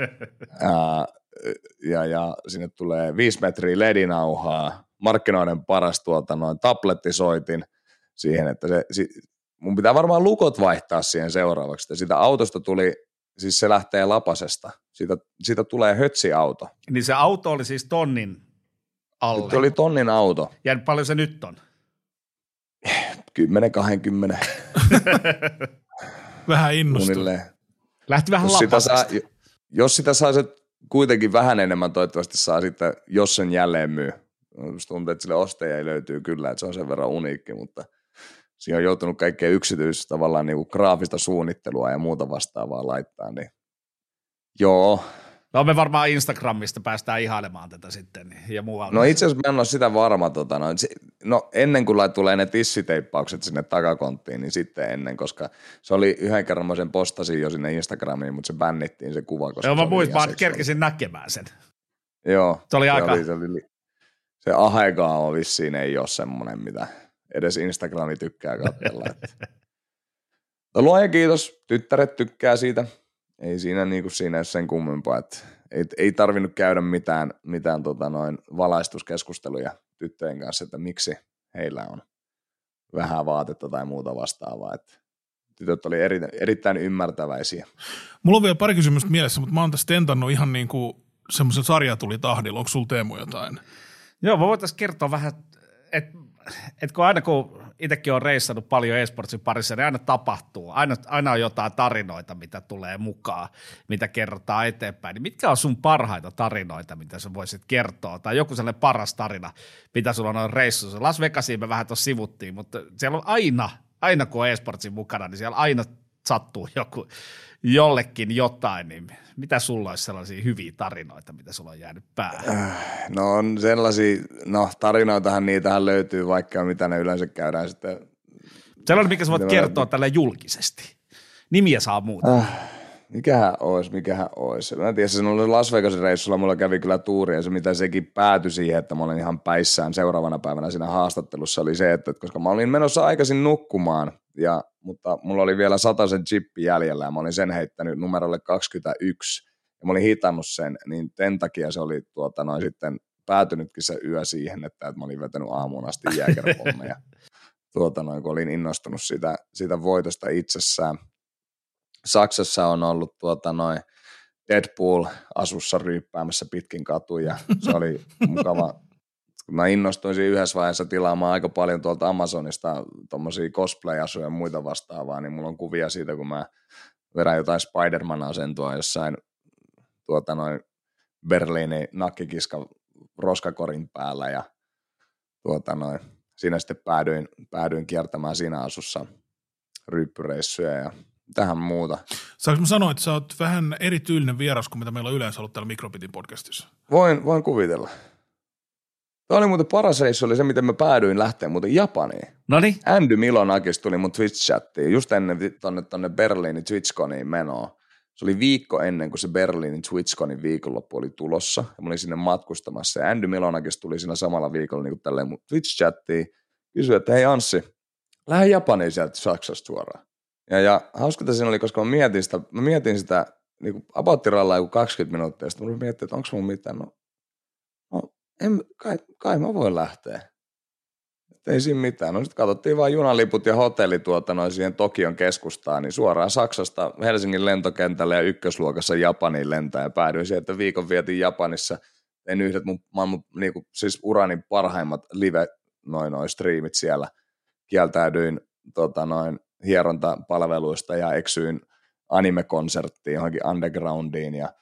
ja, ja, ja sinne tulee viisi metriä ledinauhaa, markkinoiden paras tuota, noin tablettisoitin siihen, että se, si, mun pitää varmaan lukot vaihtaa siihen seuraavaksi. Ja siitä autosta tuli, siis se lähtee lapasesta. Siitä, siitä tulee hötsiauto. Niin se auto oli siis tonnin alle. Se oli tonnin auto. Ja paljon se nyt on? kymmenen kaksikymmentä. Vähän innostui. Lähti vähän jos lapasesta. Sitä saa, jos sitä saa se kuitenkin vähän enemmän, toivottavasti saa sitten, jos sen jälleen myy. Musta tuntuu, että sille ostaja ei löytyy kyllä, että se on sen verran uniikki, mutta siihen on joutunut kaikkea yksityistä tavallaan niin kuin graafista suunnittelua ja muuta vastaavaa laittaa, niin joo. No me varmaan Instagramista päästään ihailemaan tätä sitten ja muualla. No itse asiassa mä en ole sitä varma, tota, no, no ennen kuin tulee ne tissiteippaukset sinne takakonttiin, niin sitten ennen, koska se oli yhden kerran mä sen postasin jo sinne Instagramiin, mutta se bännittiin se kuva. Koska joo, mä muistin, mä kerkisin näkemään sen. Joo. Se oli aika. Oli, se, oli, se ahegaa on vissiin ei ole semmoinen, mitä edes Instagrami tykkää katsella. No luojan kiitos, tyttäret tykkää siitä. Ei siinä, niin kuin siinä ole sen kummempaa, että ei, ei tarvinnut käydä mitään, mitään tota noin valaistuskeskusteluja tyttöjen kanssa, että miksi heillä on vähän vaatetta tai muuta vastaavaa. Että tytöt oli eri, erittäin ymmärtäväisiä. Mulla on vielä pari kysymystä mielessä, mutta mä oon tässä tentannut ihan niin kuin semmoisen sarjatulitahdilla. Onko sulla Teemu jotain? Joo, mä voitaisiin kertoa vähän, että että kun aina kun itsekin on reissannut paljon eSportsin parissa, niin aina tapahtuu. Aina, aina on jotain tarinoita, mitä tulee mukaan, mitä kerrotaan eteenpäin. Niin mitkä on sun parhaita tarinoita, mitä sä voisit kertoa? Tai joku sellainen paras tarina, mitä sulla on reissussa. Las Vegasiin me vähän tuossa sivuttiin, mutta siellä on aina, aina kun on eSportsin mukana, niin siellä aina sattuu joku, jollekin jotain. Niin mitä sulla olisi sellaisia hyviä tarinoita, mitä sulla on jäänyt päähän? No on sellaisia, no tarinoitahan niitähän löytyy, vaikka mitä ne yleensä käydään sitten. Sellainen, mikä sä voit kertoa tällä julkisesti. Nimiä saa muuta. Äh, mikähän olisi, mikähän olisi. Mä en tiedä, se oli Las Vegasin reissulla, mulla kävi kyllä tuuri, ja se mitä sekin päätyi siihen, että mä olin ihan päissään seuraavana päivänä siinä haastattelussa, oli se, että koska mä olin menossa aikaisin nukkumaan, ja, mutta mulla oli vielä sataisen chippi jäljellä, ja mä olin sen heittänyt numerolle kaksikymmentäyksi, ja mä olin hitannut sen, niin sen takia se oli tuota, noin sitten päätynytkin se yö siihen, että, että mä olin vetänyt aamuun asti jääkerpommeja, tuota, noin, kun olin innostunut siitä, siitä voitosta itsessään. Saksassa on ollut tuota, noin Deadpool asussa ryyppäämässä pitkin katuja, se oli mukava. Mä innostuin siinä yhdessä vaiheessa tilaamaan aika paljon tuolta Amazonista tommosia cosplay-asuja ja muita vastaavaa, niin mulla on kuvia siitä, kun mä vedän jotain Spider-Man-asentoa jossain tuota noin Berliinin nakkikiska roskakorin päällä ja tuota noin, siinä sitten päädyin, päädyin kiertämään siinä asussa ryyppyreissuja ja tähän muuta. Saanko mä sanoa, että sä oot vähän erityylinen vieras kuin mitä meillä on yleensä ollut täällä Microbitin podcastissa? Voin, voin kuvitella. Tämä oli muuten paras reissu, oli se, miten mä päädyin lähteä muuten Japaniin. Noniin. Andy Milonakis tuli mun Twitch-chattiin just ennen tonne, tonne Berliinin TwitchConiin menoa. Se oli viikko ennen kuin se Berliinin TwitchConin viikonloppu oli tulossa. Ja mä olin sinne matkustamassa. Ja Andy Milonakis tuli siinä samalla viikolla niin kuin tälleen mun Twitch-chattiin. Kysyi, että hei Anssi, lähde Japaniin sieltä Saksasta suoraan. Ja, ja hauskaa siinä oli, koska mä mietin sitä, mä mietin sitä niin kuin abauttiralla joku kaksikymmentä minuuttia. Sitten mä mietin, että onko mun mitään. No, no en, kai, kai mä voin lähteä. Et ei siinä mitään. No sitten katsottiin vaan junaliput ja hotelli tuota noin siihen Tokion keskustaan, niin suoraan Saksasta Helsingin lentokentälle ja ykkösluokassa Japaniin lentää ja päädyin siihen, että viikon vietin Japanissa. Tein yhdet mun maailman, niin kuin, siis urani parhaimmat live noin noin striimit siellä. Kieltäydyin tota noin hierontapalveluista ja eksyin anime-konserttiin johonkin undergroundiin ja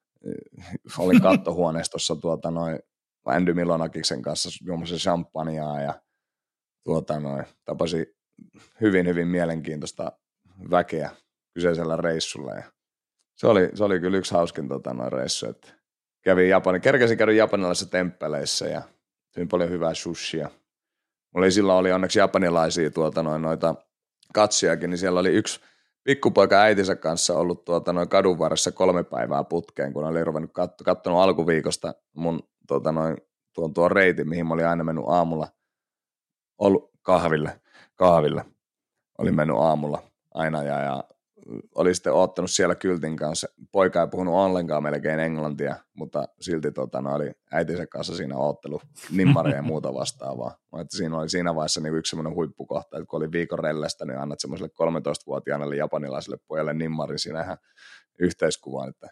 olin kattohuoneistossa tuota noin Andy Milonakiksen kanssa juomassa champagnea ja tuota noin, tapasin hyvin, hyvin mielenkiintoista väkeä kyseisellä reissulla. Ja se, oli, se oli kyllä yksi hauskin tota, noin reissu, että kävin Japani, kerkesin käydä japanilaisissa temppeleissä ja hyvin paljon hyvää sushia. Mulla oli, silloin oli onneksi japanilaisia tuota, noin, noita katsiakin, niin siellä oli yksi pikkupoika äitinsä kanssa ollut tuota, noin kadun varressa kolme päivää putkeen, kun oli ruvennut kat- kattonut alkuviikosta mun tuota, noin, tuon, tuon reitin, mihin mä olin aina mennyt aamulla ollut kahville, kahville. Olin mennyt aamulla aina ja, ja oli sitten oottanut siellä kyltin kanssa. Poika ei puhunut ollenkaan melkein englantia, mutta silti tota, no, oli äitinsä kanssa siinä oottelu nimmaria ja muuta vastaavaa. Mä että siinä oli siinä vaiheessa niin yksi semmoinen huippukohta, että kun oli viikon rellestä, niin annat semmoiselle kolmetoistavuotiaanalle japanilaiselle pojalle nimmarin siinä ihan yhteiskuvaan. Että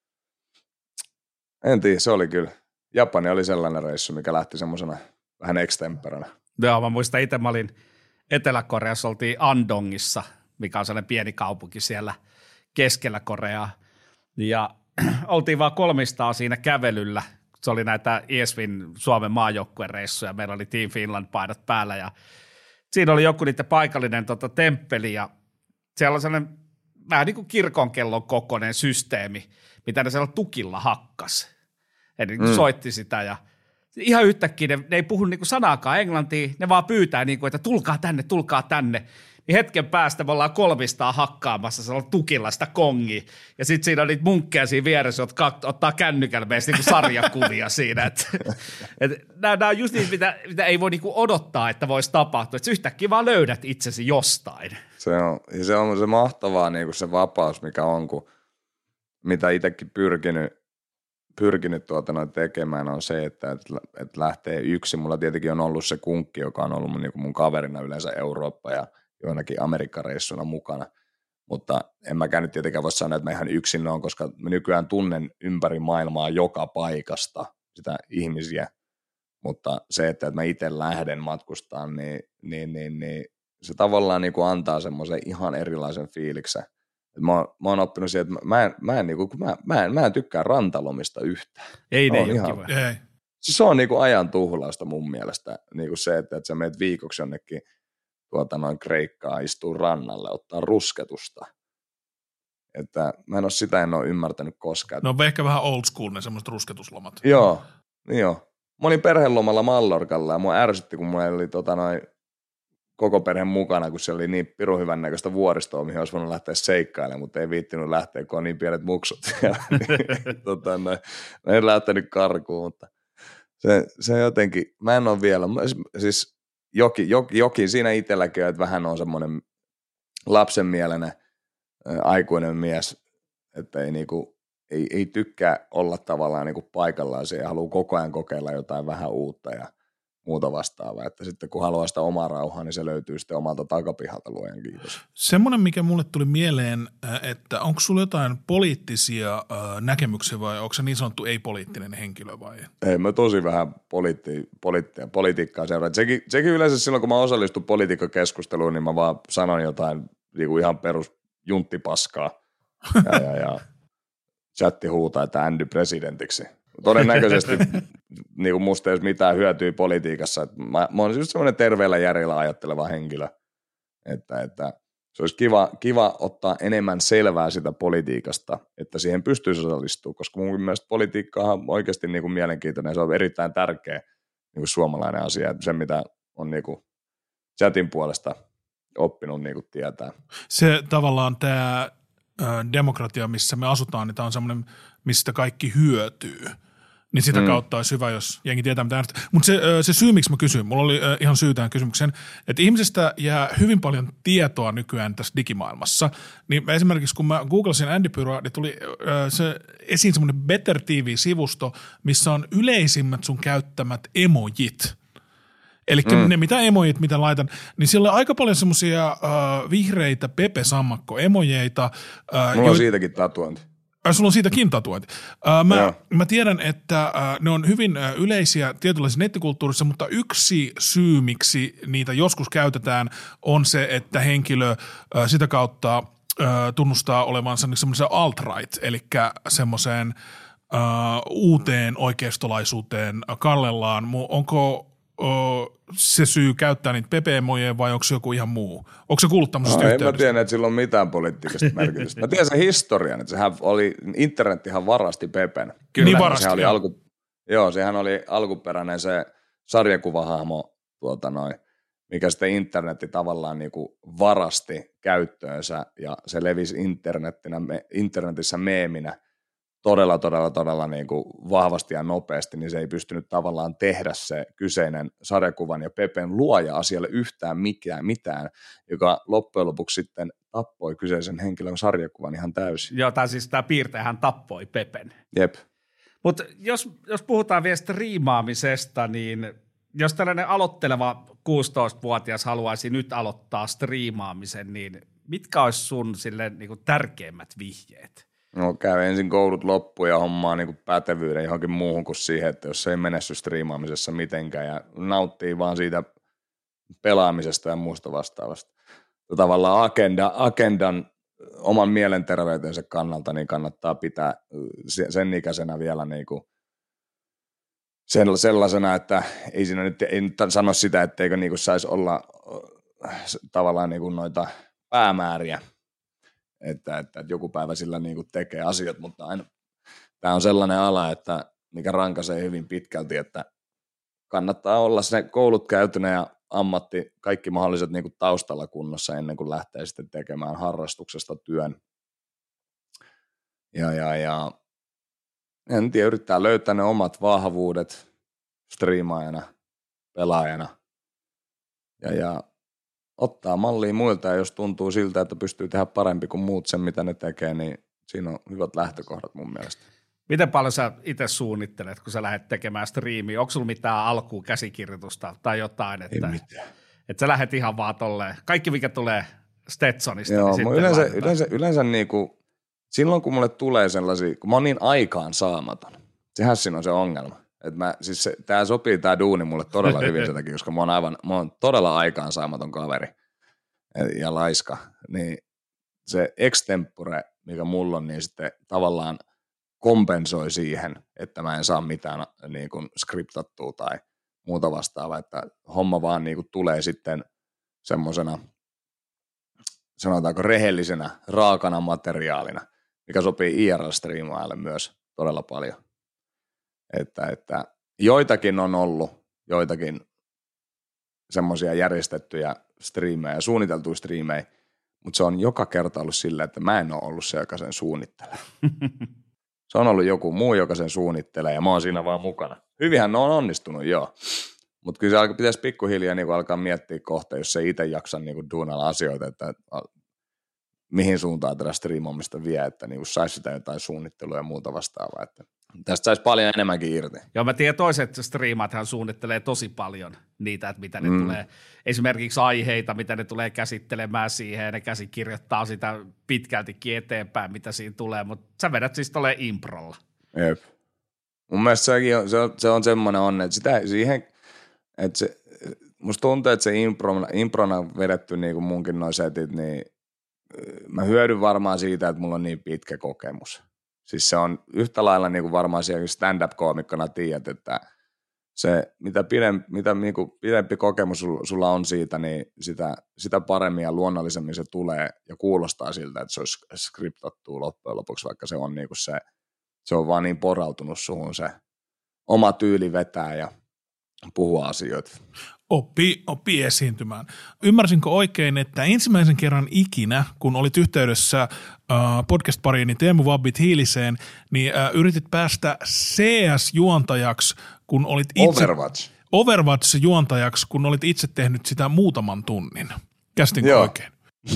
en tiedä, se oli kyllä. Japani oli sellainen reissu, mikä lähti semmoisena vähän extemperana. Joo, mä muistan itse, mä olin Etelä-Koreassa, oltiin Andongissa, mikä on sellainen pieni kaupunki siellä keskellä Koreaa. Ja oltiin vaan kolmistaan siinä kävelyllä. Se oli näitä E S V:n Suomen maajoukkueen reissuja. Meillä oli Team Finland-paidat päällä ja siinä oli joku niiden paikallinen tota, temppeli ja siellä on sellainen vähän niin kuin kirkonkellon kokoinen systeemi, mitä ne siellä tukilla hakkas. Eli mm. soitti sitä ja ihan yhtäkkiä ne, ne ei puhu niinku sanaakaan englantia, ne vaan pyytää, niinku, että tulkaa tänne, tulkaa tänne. Niin hetken päästä me ollaan kolmistaan hakkaamassa sellainen tukilla sitä kongia. Ja sitten siinä on niitä munkkeja siinä vieressä, jotka ottaa kännykällä meistä niinku sarjakuvia siinä. Et, et, nämä on just niitä, mitä, mitä ei voi niinku odottaa, että voisi tapahtua. Että yhtäkkiä vaan löydät itsesi jostain. Se on se, on se mahtavaa niinku se vapaus, mikä on, kun mitä itsekin pyrkinyt. pyrkinyt tuota noin tekemään on se, että, että lähtee yksin. Mulla tietenkin on ollut se kunkki, joka on ollut mun, niin kuin mun kaverina yleensä Eurooppa ja joinakin Amerikka-reissuna mukana. Mutta en mäkään nyt tietenkään voi sanoa, että mä ihan yksin on, koska mä nykyään tunnen ympäri maailmaa joka paikasta sitä ihmisiä. mutta se, että mä itse lähden matkustaan, niin, niin, niin, niin se tavallaan niin kuin antaa semmoisen ihan erilaisen fiiliksen. Mä oon, mä oon oppinut siihen, että mä en, mä en, niin kuin, mä, mä en, mä en tykkää rantalomista yhtään. Ei ne ole ihan, kiva. Ei. Siis se on niin kuin ajan tuhlausta mun mielestä, niin kuin se, että, että sä menet viikoksi jonnekin tuota noin Kreikkaa, istuu rannalle, ottaa rusketusta. Että mä en ole sitä en ole ymmärtänyt koskaan. Ne on ehkä vähän old school ne semmoiset rusketuslomat. Joo, niin joo. Mä olin perhelomalla Mallorcalla ja mua ärsytti, kun mulla oli tota noin koko perhe mukana, kun se oli niin pirun hyvän näköistä vuoristoa, mihin olisi voinut lähteä seikkailemaan, mutta ei viittinyt lähteä, kun on niin pienet muksut siellä. tota, noin, mä en lähtenyt karkuun, mutta se, se jotenkin, mä en ole vielä, siis joki, joki, joki siinä itselläkin, että vähän on semmoinen lapsenmielinen aikuinen mies, että ei, niinku, ei, ei tykkää olla tavallaan niinku paikallaan ja haluaa koko ajan kokeilla jotain vähän uutta ja muuta vastaavaa, että sitten kun haluaa sitä omaa rauhaa, niin se löytyy sitten omalta takapihalta, luojan kiitos. Semmoinen, mikä mulle tuli mieleen, että onko sulla jotain poliittisia näkemyksiä vai onko se niin sanottu ei-poliittinen henkilö vai? Ei, mä tosi vähän poliitti, poliitti, politiikkaa seuraan. Sekin, sekin yleensä silloin, kun mä osallistun politiikkakeskusteluun, niin mä vaan sanon jotain niin kuin ihan perus junttipaskaa ja, ja, ja chatti huutaa, että Andy presidentiksi. Todennäköisesti niin kuin musta ei olisi mitään hyötyä politiikassa. Mä, mä oon just semmoinen terveellä järjellä ajatteleva henkilö, että, että se olisi kiva, kiva ottaa enemmän selvää sitä politiikasta, että siihen pystyisi osallistumaan, koska mun mielestä politiikka on oikeasti niin kuin mielenkiintoinen ja se on erittäin tärkeä niin kuin suomalainen asia, se mitä on niin kuin chatin puolesta oppinut niin kuin tietää. Se tavallaan tämä demokratia, missä me asutaan, niin tämä on semmoinen, mistä kaikki hyötyy. Niin sitä mm. kautta olisi hyvä, jos jengi tietää, mitä äänestää. Mutta se, se syy, miksi mä kysyin, mulla oli ihan syy tähän kysymykseen, että ihmisestä jää hyvin paljon tietoa nykyään tässä digimaailmassa. Niin esimerkiksi kun mä googlasin Andy Pyroa, niin tuli se esiin semmoinen Better T V-sivusto, missä on yleisimmät sun käyttämät emojit. Eli mm. ne mitä emojit, mitä laitan, niin siellä on aika paljon semmoisia uh, vihreitä Pepe Sammakko-emojeita. Uh, Mulla on jo... siitäkin tatuointi. Äh, sulla on siitäkin tatuointi. Uh, mä, mä tiedän, että uh, ne on hyvin uh, yleisiä tietynlaisessa nettikulttuurissa, mutta yksi syy, miksi niitä joskus käytetään, on se, että henkilö uh, sitä kautta uh, tunnustaa olevansa niin semmoisen alt-right, eli semmoiseen uh, uuteen oikeistolaisuuteen kallellaan. Onko se syy käyttää niitä pepe-emojeja vai onko se joku ihan muu? Onko se kuullut tämmöisestä no, yhteydestä? En mä tiedä, että sillä on mitään poliittista merkitystä. Mä tiedän sen historian, että sehän oli, internettihan varasti Pepen. Kyllä. Niin varasti, sehän oli alku, joo, sehän oli alkuperäinen se sarjakuvahahmo, tuota noin, mikä sitten internetti tavallaan niinku varasti käyttöönsä ja se levisi internettinä, internetissä meeminä todella, todella, todella niin kuin vahvasti ja nopeasti, niin se ei pystynyt tavallaan tehdä se kyseinen sarjakuvan ja Pepen luoja asialle yhtään mikään, mitään, joka loppujen lopuksi sitten tappoi kyseisen henkilön sarjakuvan ihan täysin. Joo, tämä siis tämä piirtäjähän tappoi Pepen. Jep. Mutta jos, jos puhutaan vielä striimaamisesta, niin jos tällainen aloitteleva kuusitoistavuotias haluaisi nyt aloittaa striimaamisen, niin mitkä olisi sun sille niin kuin tärkeimmät vihjeet? No käy ensin koulut loppuun ja hommaa niin kuin pätevyyden johonkin muuhun kuin siihen, että jos ei menesty striimaamisessa mitenkään ja nauttii vaan siitä pelaamisesta ja muusta vastaavasta. Tavallaan agenda, agendan oman mielenterveytensä kannalta niin kannattaa pitää sen ikäisenä vielä niin kuin sellaisena, että ei siinä nyt, ei nyt sano sitä, etteikö niin kuin saisi olla tavallaan niin kuin noita päämääriä. Että, että, että joku päivä sillä niin kuin tekee asiat, mutta aina, tämä on sellainen ala, että mikä rankaisee hyvin pitkälti, että kannattaa olla se koulut käytynä ja ammatti, kaikki mahdolliset niin kuin taustalla kunnossa ennen kuin lähtee sitten tekemään harrastuksesta työn. Ja, ja, ja en tiedä, yrittää löytää ne omat vahvuudet striimaajana, pelaajana ja, ja ottaa mallia muilta ja jos tuntuu siltä, että pystyy tehdä parempi kuin muut sen, mitä ne tekee, niin siinä on hyvät lähtökohdat mun mielestä. Miten paljon sä itse suunnittelet, kun sä lähdet tekemään striimiä? Onko sulla mitään alkuun käsikirjoitusta tai jotain? Että, ei mitään. Että sä lähdet ihan vaan tolleen, kaikki mikä tulee Stetsonista. Joo, niin yleensä, yleensä, yleensä niin kuin, silloin kun mulle tulee sellaisia, kun mä oon niin aikaan saamaton, sehän siinä on se ongelma. Et mä, siis se, tää sopii tää duuni mulle todella hyvin sen takia, koska mä oon aivan, mä oon todella aikaansaamaton kaveri ja laiska. Niin se extempore, mikä mulla on, niin sitten tavallaan kompensoi siihen, että mä en saa mitään niin kuin skriptattua tai muuta vastaavaa, että homma vaan niin kuin tulee sitten semmosena, sanotaanko rehellisenä, raakana materiaalina, mikä sopii I R L-striimaajalle myös todella paljon. Että, että joitakin on ollut, joitakin semmoisia järjestettyjä striimejä, suunniteltuja striimejä, mutta se on joka kerta ollut sillä, että mä en ole ollut se, joka sen suunnittelee. Se on ollut joku muu, joka sen suunnittelee, ja mä oon siinä vaan mukana. Hyvinhän ne on onnistunut, joo. Mutta kyllä se pitäisi pikkuhiljaa niin alkaa miettiä kohta, jos se itse jaksa niin duunalla asioita, että mihin suuntaan tätä striimaamista vie, että niin saisi sitä jotain suunnittelua ja muuta vastaavaa. Että tästä saisi paljon enemmänkin irti. Joo, mä tiedän, toiset striimathan suunnittelee tosi paljon niitä, että mitä ne Mm. tulee, esimerkiksi aiheita, mitä ne tulee käsittelemään siihen, ja ne käsikirjoittaa sitä pitkältikin eteenpäin, mitä siinä tulee, mutta sä vedät siis tolleen improlla. Jep. Mun mielestä sekin on, se on, se on semmoinen onne, että sitä siihen, että se, musta tuntuu, että se improna, improna vedetty niin kuin munkin noi setit, niin mä hyödyn varmaan siitä, että mulla on niin pitkä kokemus. Siis se on yhtä lailla niin kuin varmaan siellä stand-up-koomikkona tiedät, että se, mitä, pidempi, mitä niin kuin pidempi kokemus sulla on siitä, niin sitä, sitä paremmin ja luonnollisemmin se tulee ja kuulostaa siltä, että se olisi skriptattua loppujen lopuksi, vaikka se on, niin kuin se, se on vaan niin porautunut suhun se oma tyyli vetää ja puhua asioita. Oppi, oppi esiintymään. Ymmärsinkö oikein, että ensimmäisen kerran ikinä, kun olit yhteydessä uh, podcast-pariini Teemu Vabbit Hiiliseen, niin uh, yritit päästä C S-juontajaksi, kun olit itse... Overwatch. Overwatch-juontajaksi, kun olit itse tehnyt sitä muutaman tunnin. Kästinkö Joo. oikein?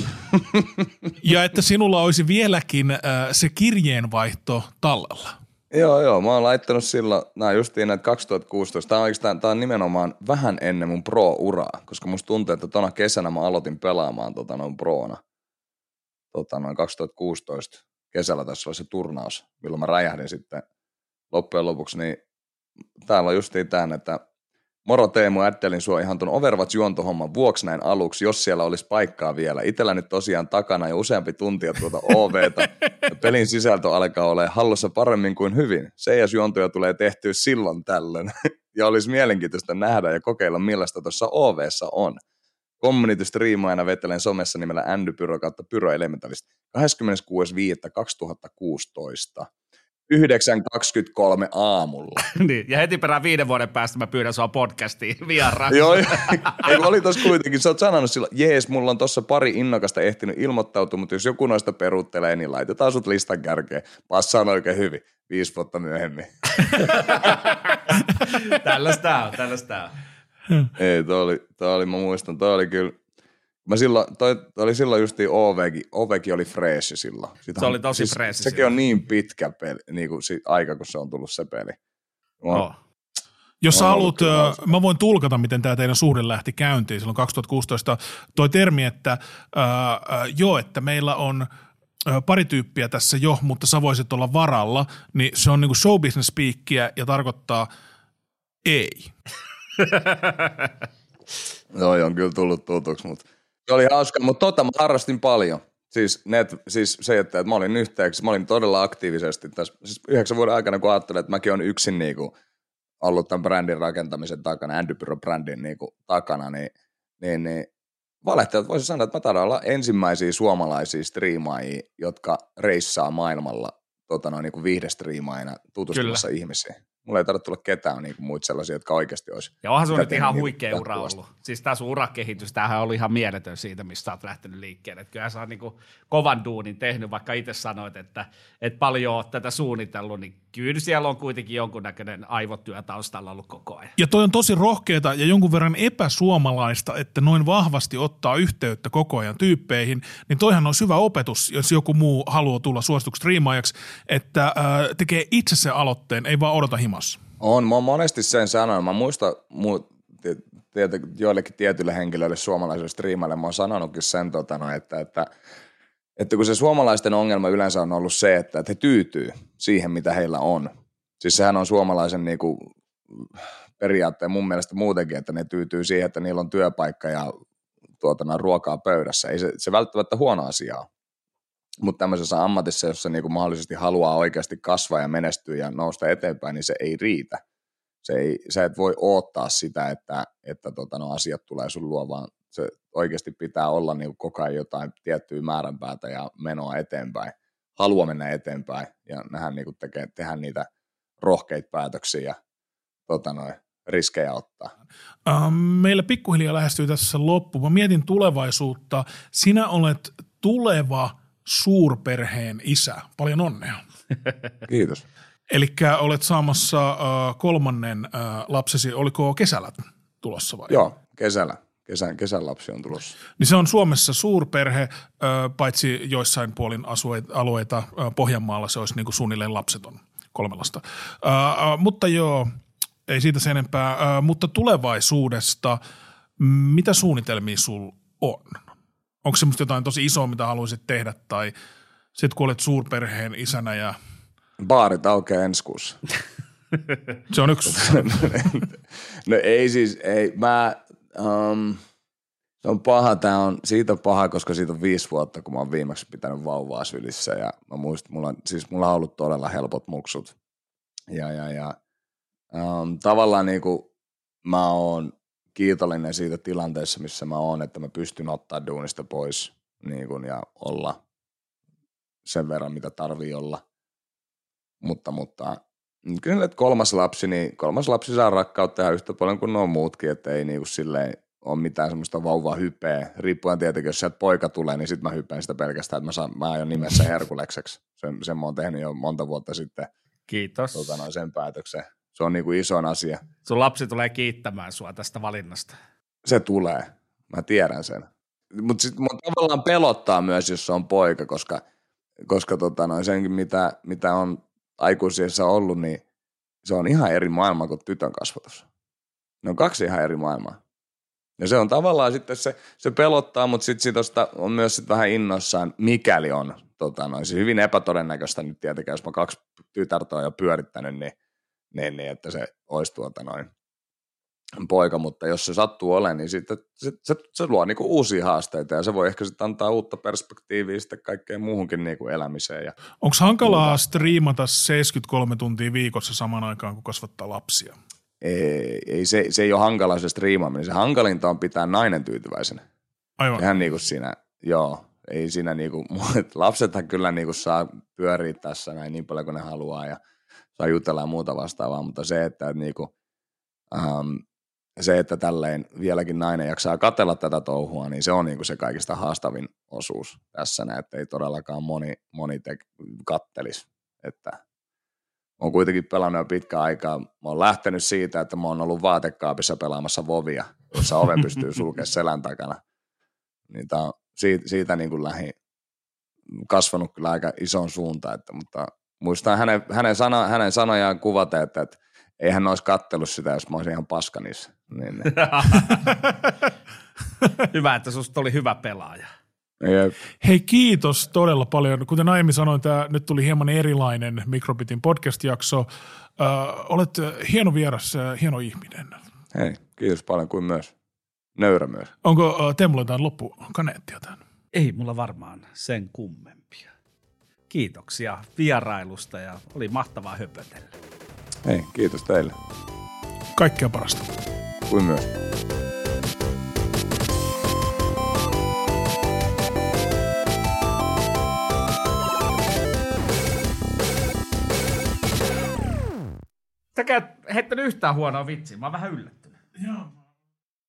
Ja että sinulla olisi vieläkin uh, se kirjeenvaihto tallella. Joo, joo. Mä oon laittanut silloin, nää justiin näitä kaksituhattakuusitoista. Tää on oikeastaan, tää on nimenomaan vähän ennen mun pro-uraa, koska musta tuntuu, että tona kesänä mä aloitin pelaamaan tota noin proona. Tota noin kaksituhattakuusitoista kesällä tässä oli se turnaus, milloin mä räjähdin sitten loppujen lopuksi, niin täällä on justiin tän, että moro Teemu, ättelin sua ihan ton Overwatch-juontohomman vuoksi näin aluksi, jos siellä olisi paikkaa vielä. Itellä nyt tosiaan takana jo useampi tuntia tuota O V:tä, ja pelin sisältö alkaa olemaan hallussa paremmin kuin hyvin. C S-juontoja tulee tehtyä silloin tällöin, ja olisi mielenkiintoista nähdä ja kokeilla, millaista tuossa O V:ssä on. Community-striimaajana vetelen somessa nimellä Andy Pyro kautta Pyro Elementalist kahdeskymmeneskuudes viidettä kaksituhattakuusitoista. yhdeksän kaksikymmentäkolme aamulla. Niin, ja heti perään viiden vuoden päästä mä pyydän sua podcastiin vieraan. Joo, ei, oli tossa kuitenkin, sä oot sanonut silloin, jees, mulla on tossa pari innokasta ehtinyt ilmoittautua, mutta jos joku noista peruuttelee, niin laitetaan sut listan kärkeen. Passaan oikein hyvin, viisi vuotta myöhemmin. Tällaista on, tällaista on. Ei, toi oli, toi oli, mä muistan, toi oli kyllä, mä silloin, toi, toi oli silloin justiin O V:kin, O V:kin oli freeshi silloin. Sitähän, Se oli tosi siis, freeshi sekin silloin. on niin pitkä peli, niin kuin si, aika, kun se on tullut se peli. Mä, Oh. Jos sä On haluat, ollut kyllä ö, hauska. mä voin tulkata, miten tämä teidän suhde lähti käyntiin silloin kaksituhattakuusitoista. Toi termi, että äh, äh, joo, että meillä on äh, pari tyyppiä tässä jo, mutta sä voisit olla varalla, niin se on niinku show business speakia ja tarkoittaa ei. Toi on kyllä tullut tutuksi, mutta se oli hauska, mutta tota mä harrastin paljon. Siis, net, siis se, että, että mä olin yhteyksissä, mä olin todella aktiivisesti tässä siis yhdeksän vuoden aikana, kun ajattelin, että mäkin olen yksin niinku ollut tämän brändin rakentamisen takana, Andy Pyro-brändin niinku takana, niin, niin, niin valehtelijat voisi sanoa, että mä taidan olla ensimmäisiä suomalaisia striimaajia, jotka reissaa maailmalla tota noin, niinku viihdestriimaajina tutustumassa Kyllä. ihmisiin. Mulla ei tarvitse tulla ketään niinku muita sellaisia, jotka oikeasti olisi. Ja onhan sun sitä nyt ihan tehnyt huikea niinku ura jatkuvasti. ollut. Siis tää sun urakehitys, tämähän oli ihan mieletön siitä, mistä sä oot lähtenyt liikkeelle. Et kyllähän sä oot niinku kovan duunin tehnyt, vaikka itse sanoit, että et paljon oot tätä suunnitellut, niin kyllä siellä on kuitenkin jonkunnäköinen aivotyö taustalla ollut koko ajan. Ja toi on tosi rohkeata ja jonkun verran epäsuomalaista, että noin vahvasti ottaa yhteyttä koko ajan tyyppeihin, niin toihan on hyvä opetus, jos joku muu haluaa tulla suosituksi striimaajaksi, että ää, tekee itse sen aloitteen, ei vaan odota himassa. On, mä oon monesti sen sanonut. Mä muistan mu, tiety, joillekin tietyille henkilöille suomalaisille striimaille, mä oon sanonutkin sen, tota, no, että, että, että kun se suomalaisten ongelma yleensä on ollut se, että, että he tyytyy siihen, mitä heillä on. Siis sehän on suomalaisen niinku, periaatteen mun mielestä muutenkin, että ne tyytyy siihen, että niillä on työpaikka ja tuotana ruokaa pöydässä. Ei se, se välttämättä huono asia, mutta tämmöisessä ammatissa, jossa niinku mahdollisesti haluaa oikeasti kasvaa ja menestyä ja nousta eteenpäin, niin se ei riitä. Se ei, sä et voi odottaa sitä, että, että tota, no, asiat tulee sun luo, vaan se oikeasti pitää olla niinku koko ajan jotain tiettyä määränpäätä ja menoa eteenpäin. Halua mennä eteenpäin ja nähdä, niinku tekee, tehdä niitä rohkeita päätöksiä ja tota, no, riskejä ottaa. Meillä pikkuhiljaa lähestyy tässä loppu. Mä mietin tulevaisuutta. Sinä olet tuleva suurperheen isä. Paljon onnea. Kiitos. Elikkä olet saamassa äh, kolmannen äh, lapsesi, oliko kesällä tulossa vai? Joo, kesällä. Kesän, kesän lapsi on tulossa. Niin se on Suomessa suurperhe, äh, paitsi joissain puolin asueita, alueita äh, Pohjanmaalla se olisi niin kuin suunnilleen lapseton, kolme lasta. Äh, äh, mutta joo, ei siitä sen enempää. Äh, mutta tulevaisuudesta, mitä suunnitelmia sul on? Onko semmoista jotain tosi isoa, mitä haluaisit tehdä, tai sitten kun olet suurperheen isänä ja... Baarit aukeaa ensi kuussa. Se on yksi. No ei siis, ei, mä, um, se on paha, tää on siitä paha, koska siitä on viisi vuotta, kun mä oon viimeksi pitänyt vauvaa sylissä, ja mä muistin, mulla on, siis mulla on ollut todella helpot muksut, ja, ja, ja um, tavallaan niinku mä oon kiitollinen siitä tilanteessa, missä mä oon, että mä pystyn ottaa duunista pois niin kun, ja olla sen verran, mitä tarvii olla. Mutta, mutta kyllä, että kolmas lapsi, niin kolmas lapsi saa rakkautta ihan yhtä paljon kuin nuo muutkin, että ei niin kuin silleen ole mitään semmoista vauvaa hypeä. Riippuen tietenkin, jos sieltä poika tulee, niin sitten mä hypeen sitä pelkästään, että mä, saan, mä aion nimessä Herkulekseksi. Sen, sen mä oon tehnyt jo monta vuotta sitten. Kiitos. Tota, noin sen päätöksen. Se on niin kuin isoin asia. Sun lapsi tulee kiittämään sua tästä valinnasta. Se tulee. Mä tiedän sen. Mutta sitten mun tavallaan pelottaa myös, jos se on poika, koska, koska tota, noin senkin, mitä, mitä on aikuisiessa ollut, niin se on ihan eri maailma kuin tytön kasvatus. Ne on kaksi ihan eri maailmaa. Ja se on tavallaan sitten se, se pelottaa, mutta sitten siitä on myös sit vähän innoissaan, mikäli on tota, noin, siis hyvin epätodennäköistä nyt tietenkin, jos mä kaksi tytärtä on jo pyörittänyt, niin, niin, niin että se olisi tuota noin poika, mutta jos se sattuu olemaan, niin sitten se, se, se luo niinku uusia haasteita ja se voi ehkä sitten antaa uutta perspektiiviä sitten kaikkeen muuhunkin niinku elämiseen. Onko hankalaa muuta striimata seitsemänkymmentäkolme tuntia viikossa samaan aikaan, kun kasvattaa lapsia? Ei, ei se, se ei ole hankalaa se striimaaminen. Se hankalinta on pitää nainen tyytyväisenä. Aivan. Ihan niin kuin siinä, joo, ei siinä niinku, lapsethan kyllä niinku saa pyöriä tässä näin niin paljon kuin ne haluaa ja saa jutella ja muuta vastaavaa, mutta se, että niinku, um, se, että tälleen vieläkin nainen jaksaa katsella tätä touhua, niin se on niinku se kaikista haastavin osuus tässä, että ei todellakaan moni, moni te- kattelisi. Että olen kuitenkin pelannut jo pitkään aikaa. Mä oon lähtenyt siitä, että mä oon ollut vaatekaapissa pelaamassa vovia, jossa ove pystyy sulkemaan selän takana. Niin tää on siitä, siitä niin kuin lähi kasvanut kyllä aika ison suuntaan, että, mutta muistan hänen, hänen, sana, hänen sanojaan kuvata, että, että ei hän olisi kattellut sitä, jos mä olisin ihan paska niissä. Niin, niin. Hyvä, että susta oli hyvä pelaaja. Jep. Hei, kiitos todella paljon. Kuten aiemmin sanoin, tämä nyt tuli hieman erilainen Microbitin podcast-jakso. Ö, olet hieno vieras, hieno ihminen. Hei, kiitos paljon kuin myös. Nöyrä myös. Onko Teemulla jotain loppukaneettia tämän? Ei mulla varmaan sen kummempia. Kiitoksia vierailusta ja oli mahtavaa höpötellä. Hei, kiitos teille. Kaikkea parasta. Kuin myös. Säkään heittänyt yhtään huonoa vitsiä, mä oon vähän yllättynyt. Joo.